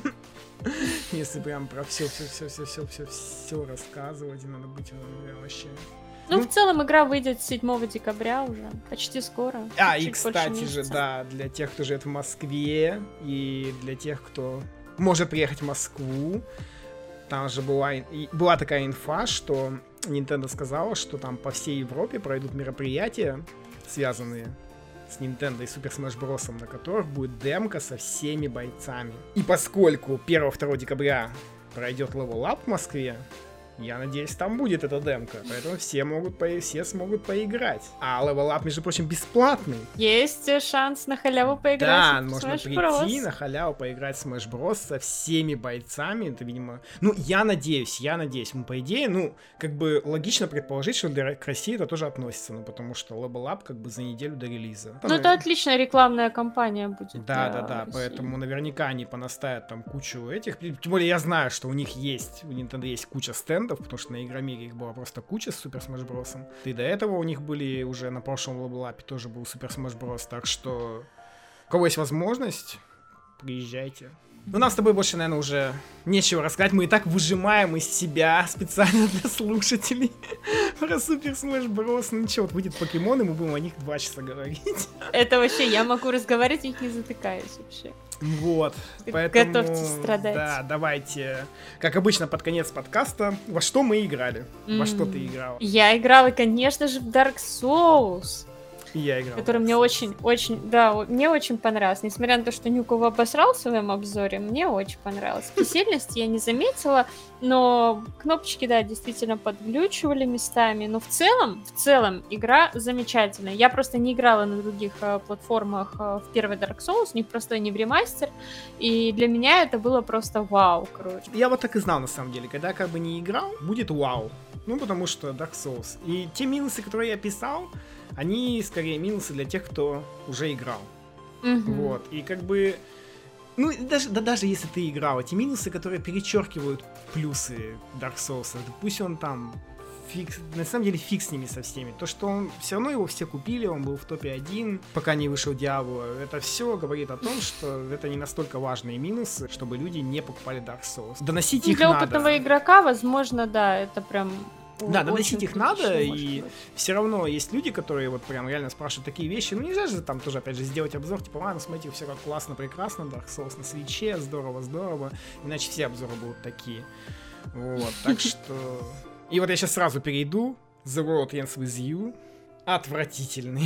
Если прям про все рассказывать, и надо быть вообще... Ну, в целом, игра выйдет 7 декабря уже, почти скоро. И, кстати же, да, для тех, кто живет в Москве, и для тех, кто может приехать в Москву, там же была такая инфа, что Nintendo сказала, что там по всей Европе пройдут мероприятия, связанные с Nintendo и Super Smash Bros., на которых будет демка со всеми бойцами. И поскольку 1-2 декабря пройдет Level Up в Москве, я надеюсь, там будет эта демка, поэтому все смогут поиграть. А Level Up, между прочим, бесплатный. Есть шанс на халяву поиграть. Да, можно прийти на халяву поиграть в Smash Bros. Со всеми бойцами. Это, видимо... Ну, я надеюсь. По идее, как бы логично предположить, что к России это тоже относится, потому что Level Up как бы за неделю до релиза. Это отличная рекламная кампания будет. Да, поэтому наверняка они понаставят там кучу этих. Тем более я знаю, что у Nintendo есть куча стендов, потому что на Игромире их была просто куча с Super Smash Bros. И до этого у них были уже на прошлом Level Up тоже был Super Smash Bros. Так что у кого есть возможность, приезжайте. Ну, нам с тобой больше, наверное, уже нечего рассказать. Мы и так выжимаем из себя специально для слушателей про Super Smash Bros. Ну ничего, вот выйдет покемон, и мы будем о них 2 часа говорить. Это вообще, я могу разговаривать, их не затыкаюсь вообще. Вот, поэтому... Готовьтесь страдать. Да, давайте, как обычно, под конец подкаста, во что мы играли? Во что ты играла? Я играла, конечно же, в Dark Souls. Я играл. Который мне мне очень понравился. Несмотря на то, что ни у кого обосрал в своем обзоре, мне очень понравилось. Кисельности я не заметила, но кнопочки, да, действительно подглючивали местами. Но в целом, игра замечательная. Я просто не играла на других платформах в первый Dark Souls, у них просто не в ремастер, и для меня это было просто вау, круто. Я вот так и знал, на самом деле, когда как бы не играл, будет вау. Ну, потому что Dark Souls. И те минусы, которые я писал, они скорее минусы для тех, кто уже играл. Вот. И как бы... Ну, даже если ты играл, эти минусы, которые перечеркивают плюсы Dark Souls, пусть он там на самом деле фиг с ними со всеми. То, что он все равно его все купили, он был в топе 1, пока не вышел Diablo, это все говорит о том, что это не настолько важные минусы, чтобы люди не покупали Dark Souls. Доносить их для надо. Для опытного игрока, возможно, да, это прям... Да, доносить их надо, и все равно есть люди, которые вот прям реально спрашивают такие вещи. Ну, нельзя же там тоже, опять же, сделать обзор, типа, ладно, смотрите, все как классно, прекрасно, Dark Souls на свитче, здорово, иначе все обзоры будут такие. Вот, так что... И вот я сейчас сразу перейду. The World Ends With You. Отвратительный.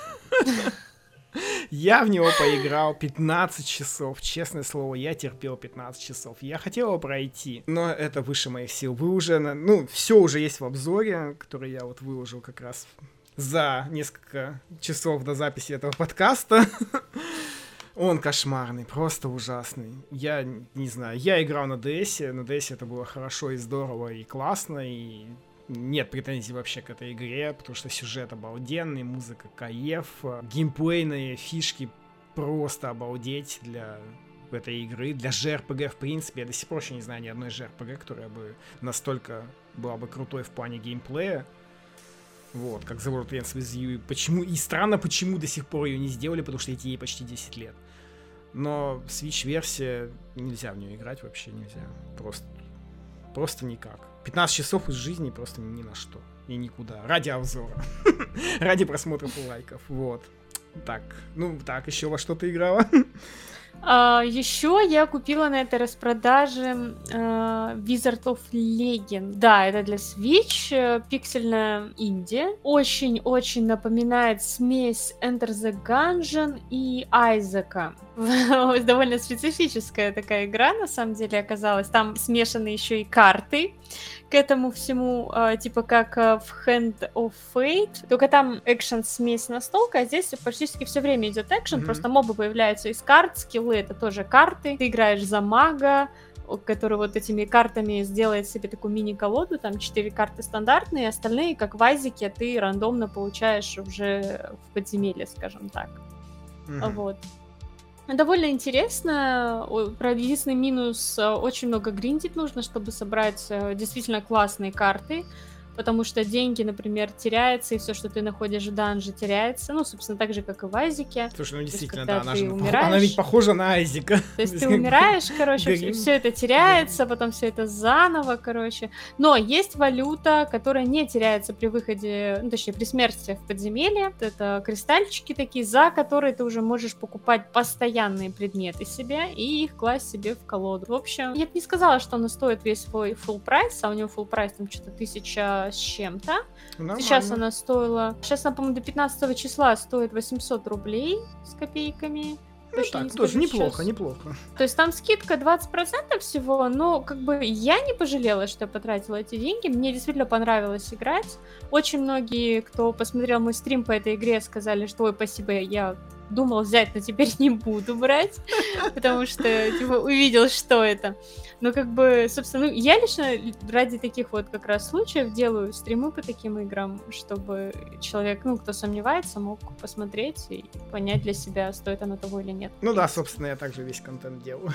Я в него поиграл 15 часов. Честное слово, я терпел 15 часов. Я хотел его пройти, но это выше моих сил. Вы уже... Ну, все уже есть в обзоре, который я вот выложил как раз за несколько часов до записи этого подкаста. Он кошмарный, просто ужасный. Я не знаю, я играл на DS, это было хорошо и здорово, и классно, и нет претензий вообще к этой игре, потому что сюжет обалденный, музыка кайф, геймплейные фишки просто обалдеть для этой игры, для JRPG в принципе. Я до сих пор еще не знаю ни одной JRPG, которая бы настолько была бы крутой в плане геймплея. Вот, как The World Ends With You. И странно, почему до сих пор ее не сделали, потому что ей почти 10 лет. Но Switch-версия, нельзя в нее играть, вообще нельзя. Просто никак. 15 часов из жизни просто ни на что и никуда. Ради обзора. Ради просмотров и лайков. Вот. Так, еще во что ты играла? Еще я купила на этой распродаже Wizard of Legend. Да, это для Switch, пиксельная инди. Очень-очень напоминает смесь Enter the Gungeon и Айзека. Довольно специфическая такая игра, на самом деле, оказалась. Там смешаны еще и карты к этому всему, типа как в Hand of Fate. Только там экшен-смесь настолка, а здесь практически все время идет экшен, просто мобы появляются из карт, скиллы — это тоже карты. Ты играешь за мага, который вот этими картами сделает себе такую мини-колоду, там 4 карты стандартные, остальные, как в Айзеке, ты рандомно получаешь уже в подземелье, скажем так. Вот. Довольно интересно. Единственный минус — очень много гриндить нужно, чтобы собрать действительно классные карты, потому что деньги, например, теряются, и все, что ты находишь в данже, теряется. Ну, собственно, так же, как и в Айзеке. Слушай, действительно, да, она ведь похожа на Айзека. То есть ты умираешь, короче, все это теряется, потом все это заново, короче. Но есть валюта, которая не теряется при выходе, точнее, при смерти в подземелье. Это кристальчики такие, за которые ты уже можешь покупать постоянные предметы себе и их класть себе в колоду. В общем, я бы не сказала, что она стоит весь свой full прайс, а у него full прайс там что-то 1000 с чем-то. Нормально. Сейчас она стоила... Сейчас она, по-моему, до 15 числа стоит 800 рублей с копейками. Так, тоже неплохо. То есть там скидка 20% всего, но как бы я не пожалела, что я потратила эти деньги. Мне действительно понравилось играть. Очень многие, кто посмотрел мой стрим по этой игре, сказали, что ой, спасибо, я думал взять, но теперь не буду брать, потому что типа, увидел, что это. Но как бы, собственно, я лично ради таких вот как раз случаев делаю стримы по таким играм, чтобы человек, кто сомневается, мог посмотреть и понять для себя, стоит оно того или нет. Ну да, собственно, я также весь контент делаю.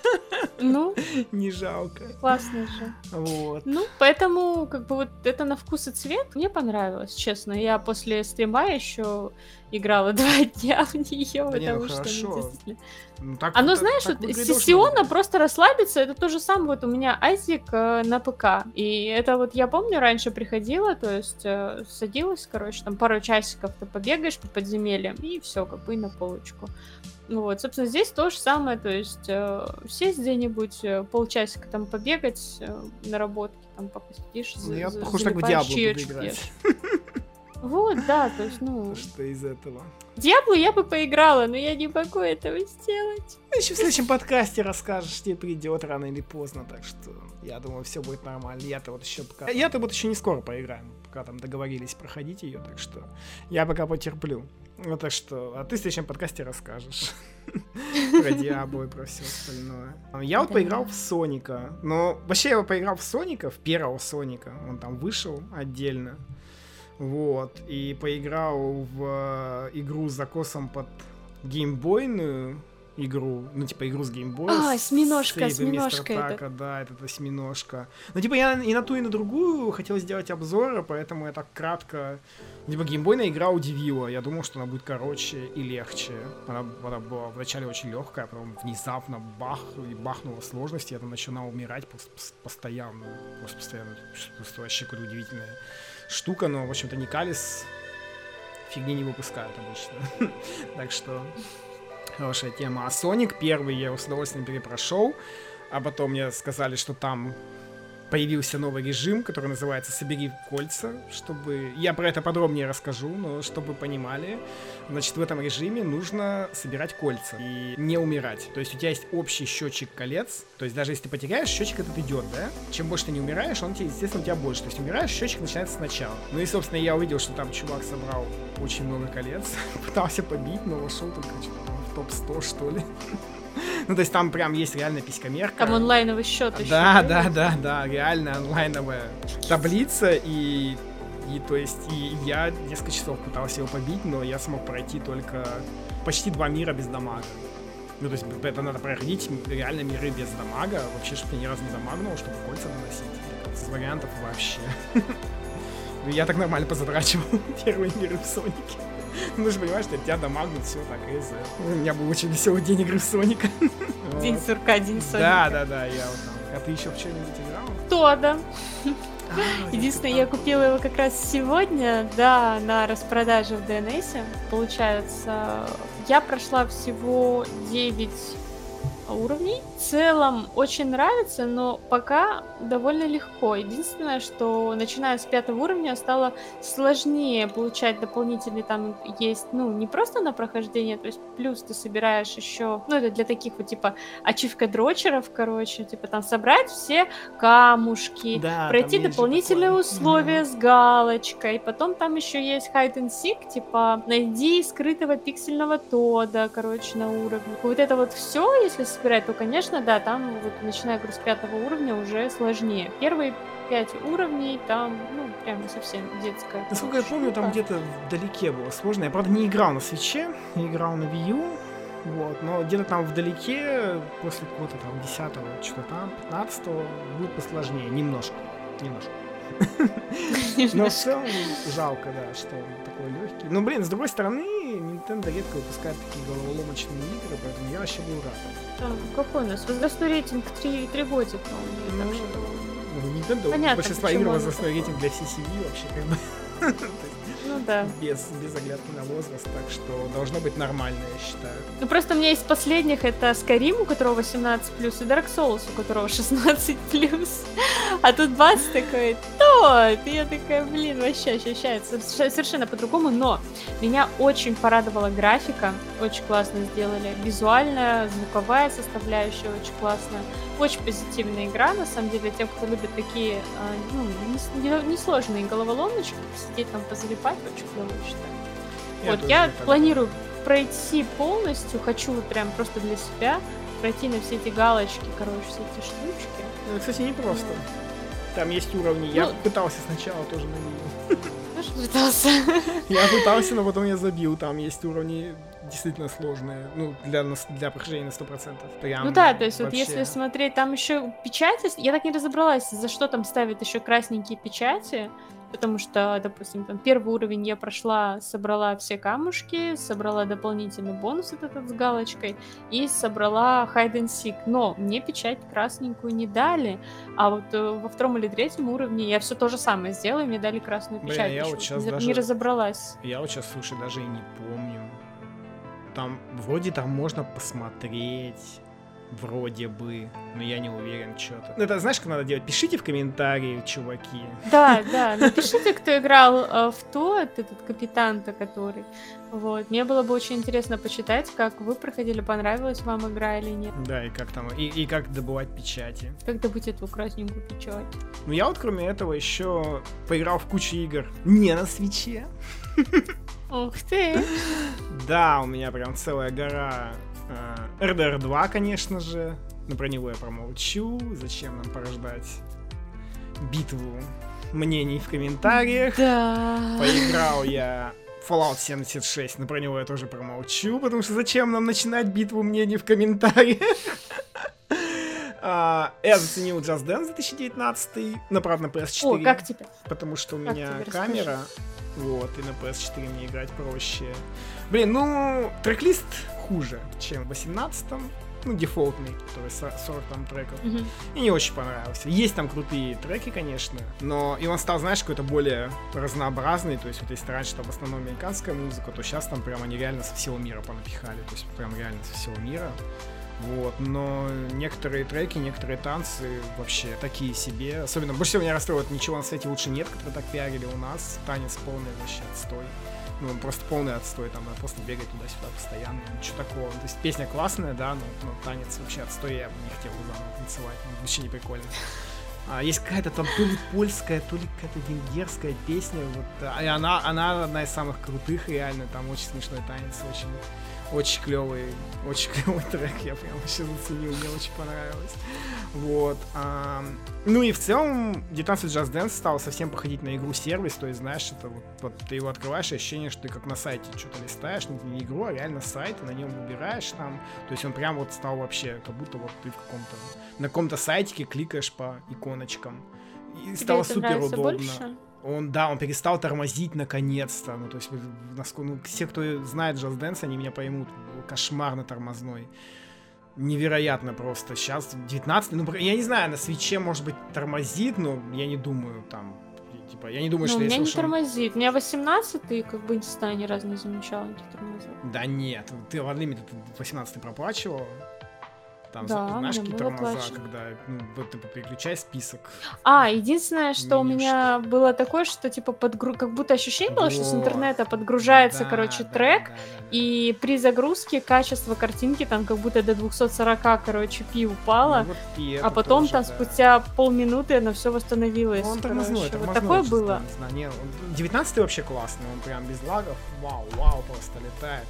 Ну, не жалко. Классно же. Вот. Ну, поэтому, как бы, вот это на вкус и цвет мне понравилось, честно. Я после стрима еще играла 2 дня в нее, да потому что действительно... Оно, знаешь, вот сессионно просто расслабиться, это то же самое, вот у меня Айзек на ПК. И это вот я помню, раньше приходила, то есть садилась, короче, там пару часиков ты побегаешь по подземельям, и все, как бы и на полочку. Вот, собственно, здесь то же самое, то есть сесть где-нибудь, полчасика там побегать, наработки, там пока сидишь, я похож так в Диабло буду играть. Вот, да, то есть, Что из этого? Диабло я бы поиграла, но я не могу этого сделать. Еще в следующем подкасте расскажешь, тебе придет рано или поздно, так что я думаю, все будет нормально. Я-то вот еще не скоро поиграем, пока там договорились проходить ее, так что я пока потерплю. Ну так что, а ты в следующем подкасте расскажешь про Диабло и про все остальное. Я вот поиграл в Соника, но вообще я поиграл в Соника, в первого Соника, он там вышел отдельно. Вот, и поиграл в игру с закосом под геймбойную игру, игру с геймбоем. Осьминожка это. Да, это осьминожка. Но я и на ту, и на другую хотел сделать обзоры, поэтому я так кратко... геймбойная игра удивила. Я думал, что она будет короче и легче. Она была вначале очень легкая, а потом внезапно бахнула сложности, я там начинал умирать постоянно. Просто вообще какая-то удивительная штука, но, в общем-то, Никалис фигни не выпускают обычно. Так что хорошая тема. А Соник первый я его с удовольствием перепрошел, а потом мне сказали, что там появился новый режим, который называется «Собери кольца», чтобы... Я про это подробнее расскажу, но чтобы вы понимали, значит, в этом режиме нужно собирать кольца и не умирать. То есть у тебя есть общий счетчик колец, то есть даже если ты потеряешь, счетчик этот идет, да? Чем больше ты не умираешь, он тебе, естественно, у тебя больше. То есть умираешь, счетчик начинается сначала. Ну и, собственно, я увидел, что там чувак собрал очень много колец, пытался побить, но вошел только в топ-100, что ли. Ну, то есть там прям есть реально писькомерка. Там онлайновый счет еще. Да, реально онлайновая таблица, и я несколько часов пытался его побить, но я смог пройти только почти 2 мира без дамага. Ну, то есть это надо проходить реально миры без дамага, вообще, чтобы я ни разу не дамагнул, чтобы кольца наносить. С вариантов вообще. Я так нормально позадрачивал первые миры в Сонике. Ну, ты же понимаешь, что тебя дамагнут, все так и за. У меня был очень веселый день игры в Соника. День сурка, день Соника. Да, я вот там А ты еще в что-нибудь играла? Тода. Единственное, я купила его как раз сегодня, да, на распродаже в DNS. Получается, я прошла всего 9 уровней. В целом очень нравится, но пока довольно легко. Единственное, что начиная с 5 уровня стало сложнее получать дополнительные, там есть, ну, не просто на прохождение, то есть плюс ты собираешь еще, ну, это для таких вот, типа, ачивка-дрочеров, короче, типа, там, собрать все камушки, Да, пройти дополнительные условия с галочкой, потом там еще есть hide and seek, типа, найди скрытого пиксельного Тода, короче, на уровне. Вот это вот все, если собирать, то, конечно, да, там вот начиная, говорю, с 5 уровня уже сложнее. Первые 5 уровней там, ну, прям совсем детская. Насколько я помню, там где-то вдалеке было сложно. Я, правда, не играл на свитче, не играл на Wii U, вот, но где-то там вдалеке, после какого-то там 10-го, что-то там, 15-го, будет посложнее, немножко. Но в целом жалко, да, что он такой легкий. Но, блин, с другой стороны, Nintendo редко выпускает такие головоломочные игры, поэтому я вообще был рад. Какой у нас? Возрастной рейтинг 3 годика, по-моему, так что... Nintendo, Понятно, большинство игр возрастной рейтинг для всей семьи вообще как бы. Ну да. Без оглядки на возраст, так что должно быть нормально, я считаю. Ну просто у меня из последних это Skyrim, у которого 18+, и Dark Souls, у которого 16+. А тут бац такой, Тод! И я такая, блин, вообще ощущается совершенно по-другому, но меня очень порадовала графика, очень классно сделали. Визуальная, звуковая составляющая очень классная. Очень позитивная игра, на самом деле, для тех, кто любит такие, ну, несложные головоломочки, сидеть там позалипать, очень клево, считаю. Вот, я планирую пройти полностью, хочу вот прям просто для себя пройти на все эти галочки, короче, все эти штучки. Ну, кстати, непросто. Там есть уровни, я пытался сначала тоже на Wii. Тоже пытался? Я пытался, но потом я забил, там есть уровни действительно сложные, ну, для прохождения на 100%. Прям ну да, то есть вообще... вот если смотреть, там еще печати, я так не разобралась, за что там ставят еще красненькие печати, потому что, допустим, там первый уровень я прошла, собрала все камушки, собрала дополнительный бонус этот с галочкой и собрала hide and seek, но мне печать красненькую не дали, а вот во 2 или 3 уровне я все то же самое сделала, и мне дали красную печать. Блин, я вот сейчас не даже... разобралась. Я вот сейчас, слушай, даже и не помню. Там, вроде там можно посмотреть, вроде бы, но я не уверен что-то. Ну, это знаешь, как надо делать? Пишите в комментарии, чуваки. Да, напишите, кто играл в тот, этот капитан-то, который. Вот, мне было бы очень интересно почитать, как вы проходили, понравилась вам игра или нет. Да, и как там, и как добывать печати. Как добыть эту красненькую печать. Ну, я вот, кроме этого, еще поиграл в кучу игр не на свитче. Ух ты! Да, у меня прям целая гора. RDR 2, конечно же. Но про него я промолчу. Зачем нам порождать битву мнений в комментариях? Да. Поиграл я Fallout 76, но про него я тоже промолчу, потому что зачем нам начинать битву мнений в комментариях? Я заценил Just Dance 2019, но правда на PS4. О, как тебе? Потому что у меня камера, вот, и на PS4 мне играть проще. Блин, ну, трек-лист хуже, чем в 18-м. Ну, дефолтный, который 40 там треков. И не очень понравился. Есть там крутые треки, конечно, но и он стал, знаешь, какой-то более разнообразный. То есть вот если раньше там в основном американская музыка, то сейчас там прям они реально со всего мира понапихали. То есть прям реально со всего мира. Вот, но некоторые треки, некоторые танцы вообще такие себе. Особенно, больше всего меня расстроит «Ничего на свете лучше нет», который так пиарили у нас. Танец полный вообще отстой. Ну, он просто полный отстой, там надо просто бегать туда-сюда постоянно. Ничего такого. То есть песня классная, да, но танец вообще отстой, я бы не хотел бы заново танцевать. Ну, вообще не прикольно. Есть какая-то там то ли польская, то ли какая-то венгерская песня. Вот, и она одна из самых крутых, реально. Там очень смешной танец, очень клевый трек, я прям вообще заценил, мне очень понравилось. Вот. Ну и в целом 19 Just Dance стал совсем походить на игру-сервис, то есть, знаешь, это вот ты его открываешь, ощущение, что ты как на сайте что-то листаешь, не игру, а реально сайт, и на нем выбираешь там, то есть он прям вот стал вообще, как будто вот ты на каком-то сайтике кликаешь по иконочкам. И стало супер удобно. Больше? Он перестал тормозить наконец-то. Ну, то есть, все, кто знает Just Dance, они меня поймут. Кошмарно тормозной. невероятно просто. Сейчас 19, ну, я не знаю, на свитче, может быть, тормозит, но я не думаю, там, типа, я не думаю, что у меня если не тормозит. У меня 18, и как бы не знаю, ни разу не замечала никаких тормозов. Да нет, ты в Unlimited 18 проплачивала. Там, Да, знаешь, какие тормоза, оплачено. когда, ну, вот ты переключай список. Единственное, что у меня было такое, что, типа, как будто ощущение было, что с Вот. интернета подгружается, Да, короче, да, трек, да, да, да. и при загрузке качество картинки там как будто до 240, короче, пи упало, Ну, вот и а это потом тоже, там да. спустя полминуты оно все восстановилось. Ну, он короче. тормозной, Вот такое честно, было. не знаю. Не, 19-й вообще классный, он прям без лагов. Вау, просто летает.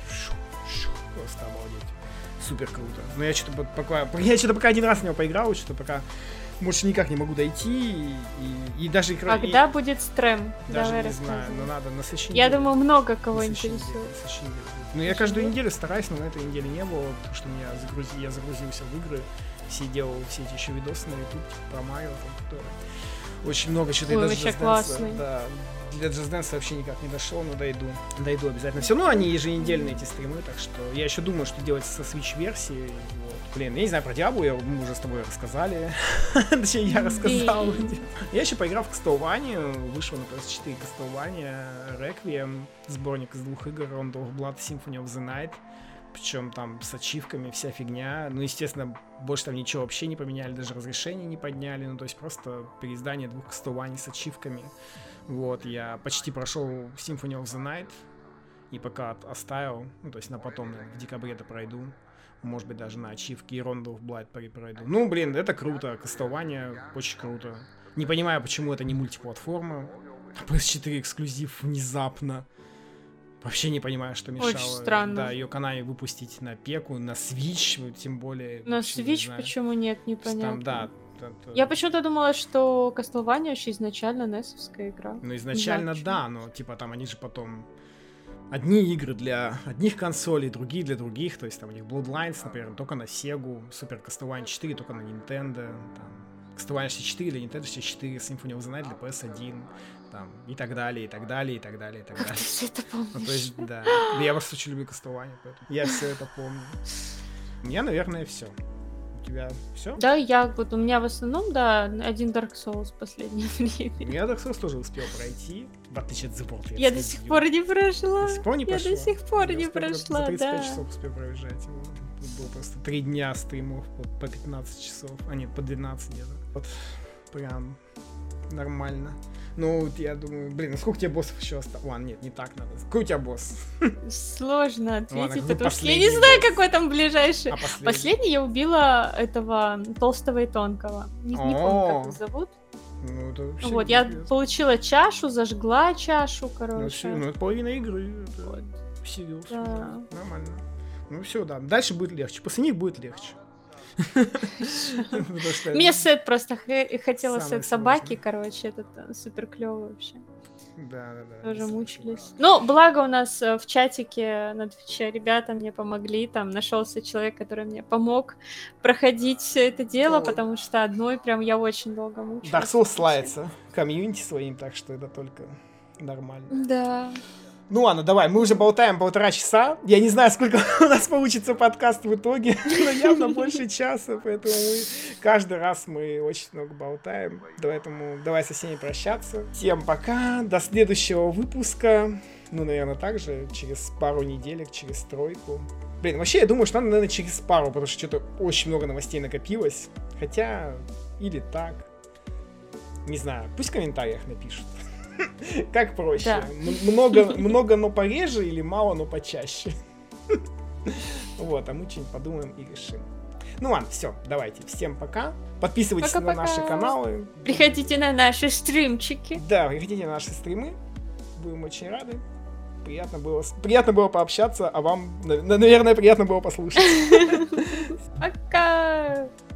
Просто обалдеть. Супер круто. Но я что-то пока один раз в него поиграл, что-то пока больше никак не могу дойти. И даже Когда будет стрем? Даже Давай не знаю, рассказывай. но надо на следующей Я неделе. думаю, много кого На следующей интересует. неделе, на следующей неделе будет. Ну, я каждую неделю стараюсь, но на этой неделе не было, потому что я загрузился в игры, делал все эти еще видосы на YouTube, типа, про Марио, там, которые очень много чего-то. Ой, вообще классный. Да, для Just Dance вообще никак не дошел, но дойду обязательно. Все равно они еженедельные эти стримы, так что я еще думаю, что делать со Switch-версией. Вот. Блин, я не знаю про Diablo, мы уже с тобой рассказали. Точнее, я рассказал. Я еще поиграл в Castlevania, вышел на PS4 Castlevania Requiem, сборник из 2 игр, Rondo of Blood, Symphony of the Night. Причем там с ачивками вся фигня. Ну, естественно, больше там ничего вообще не поменяли, даже разрешение не подняли. Ну, то есть просто переиздание 2 Castlevania с ачивками. Вот, я почти прошел Symphony of the Night. И пока оставил, ну, то есть на потом, наверное, в декабре-то пройду. Может быть, даже на ачивки и Rondo of Blood пройду. Ну, блин, это круто. Castlevania очень круто. Не понимаю, почему это не мультиплатформа. PS4 эксклюзив внезапно. Вообще не понимаю, что мешало. Очень странно. Да, ее Konami выпустить на Пеку, на Switch, тем более. На Switch почему нет, непонятно. Там, да. Я почему-то думала, что Castlevania вообще изначально NES-овская игра. Ну, изначально да, но типа там они же потом... Одни игры для одних консолей, другие для других. То есть там у них Bloodlines, например, только на Sega, Super Castlevania 4 только на Nintendo, там, Castlevania 64 для Nintendo 64, Symphony of the Night для PS1, там, и так далее, и так далее, и так далее, и так далее. Ты все это помнишь? Ну, то есть, да. Я просто очень люблю Castlevania, поэтому я все это помню. У меня, наверное, все. У тебя все? Да, у меня в основном, да, один Dark Souls в последнее время. Я Dark Souls тоже успел пройти, в отличие от The Vault. Я до сих пор не прошла. До сих пор не прошла? Я до сих пор не За прошла, 35 часов успел проезжать его. Тут было просто 3 дня стримов по 15 часов, а нет, по 12 где-то. Вот, прям нормально. Ну, я думаю, блин, сколько тебе боссов еще осталось? Ладно, нет, не так надо. Какой у тебя босс? Сложно ответить, Ладно, потому что я не знаю, какой там ближайший. Последний я убила этого толстого и тонкого. Не помню, как их зовут. Ну, это вообще вот, я получила чашу, зажгла чашу, короче. Ну, это половина игры. Вот. Серьезно. Да. Нормально. Ну, все, да. Дальше будет легче. После них будет легче. Мне сет просто хотела сет собаки, сложный. короче, этот супер клевый вообще. Да. Тоже мучились. Ну, благо у нас в чатике на Твиче ребята мне помогли, там нашелся человек, который мне помог проходить все это дело, потому что одной прям я очень долго мучилась. Dark Souls славится комьюнити своим, так что это только нормально. Да. Ну ладно, давай, мы уже болтаем 1,5 часа. Я не знаю, сколько у нас получится подкаст в итоге, но явно больше часа, поэтому каждый раз мы очень много болтаем. Поэтому давай со всеми прощаться. Всем пока, до следующего выпуска. Ну, наверное, также через пару неделек, через 3. Блин, вообще я думаю, что надо, наверное, через пару, потому что что-то очень много новостей накопилось. Хотя, или так. Не знаю, пусть в комментариях напишут. Как проще? Да. Много, но пореже или мало, но почаще? Вот, а мы что-нибудь подумаем и решим. Ну ладно, все, давайте. Всем пока. Подписывайтесь на наши каналы. Приходите на наши стримчики. Да, приходите на наши стримы. Будем очень рады. Приятно было пообщаться, а вам, наверное, приятно было послушать. Пока!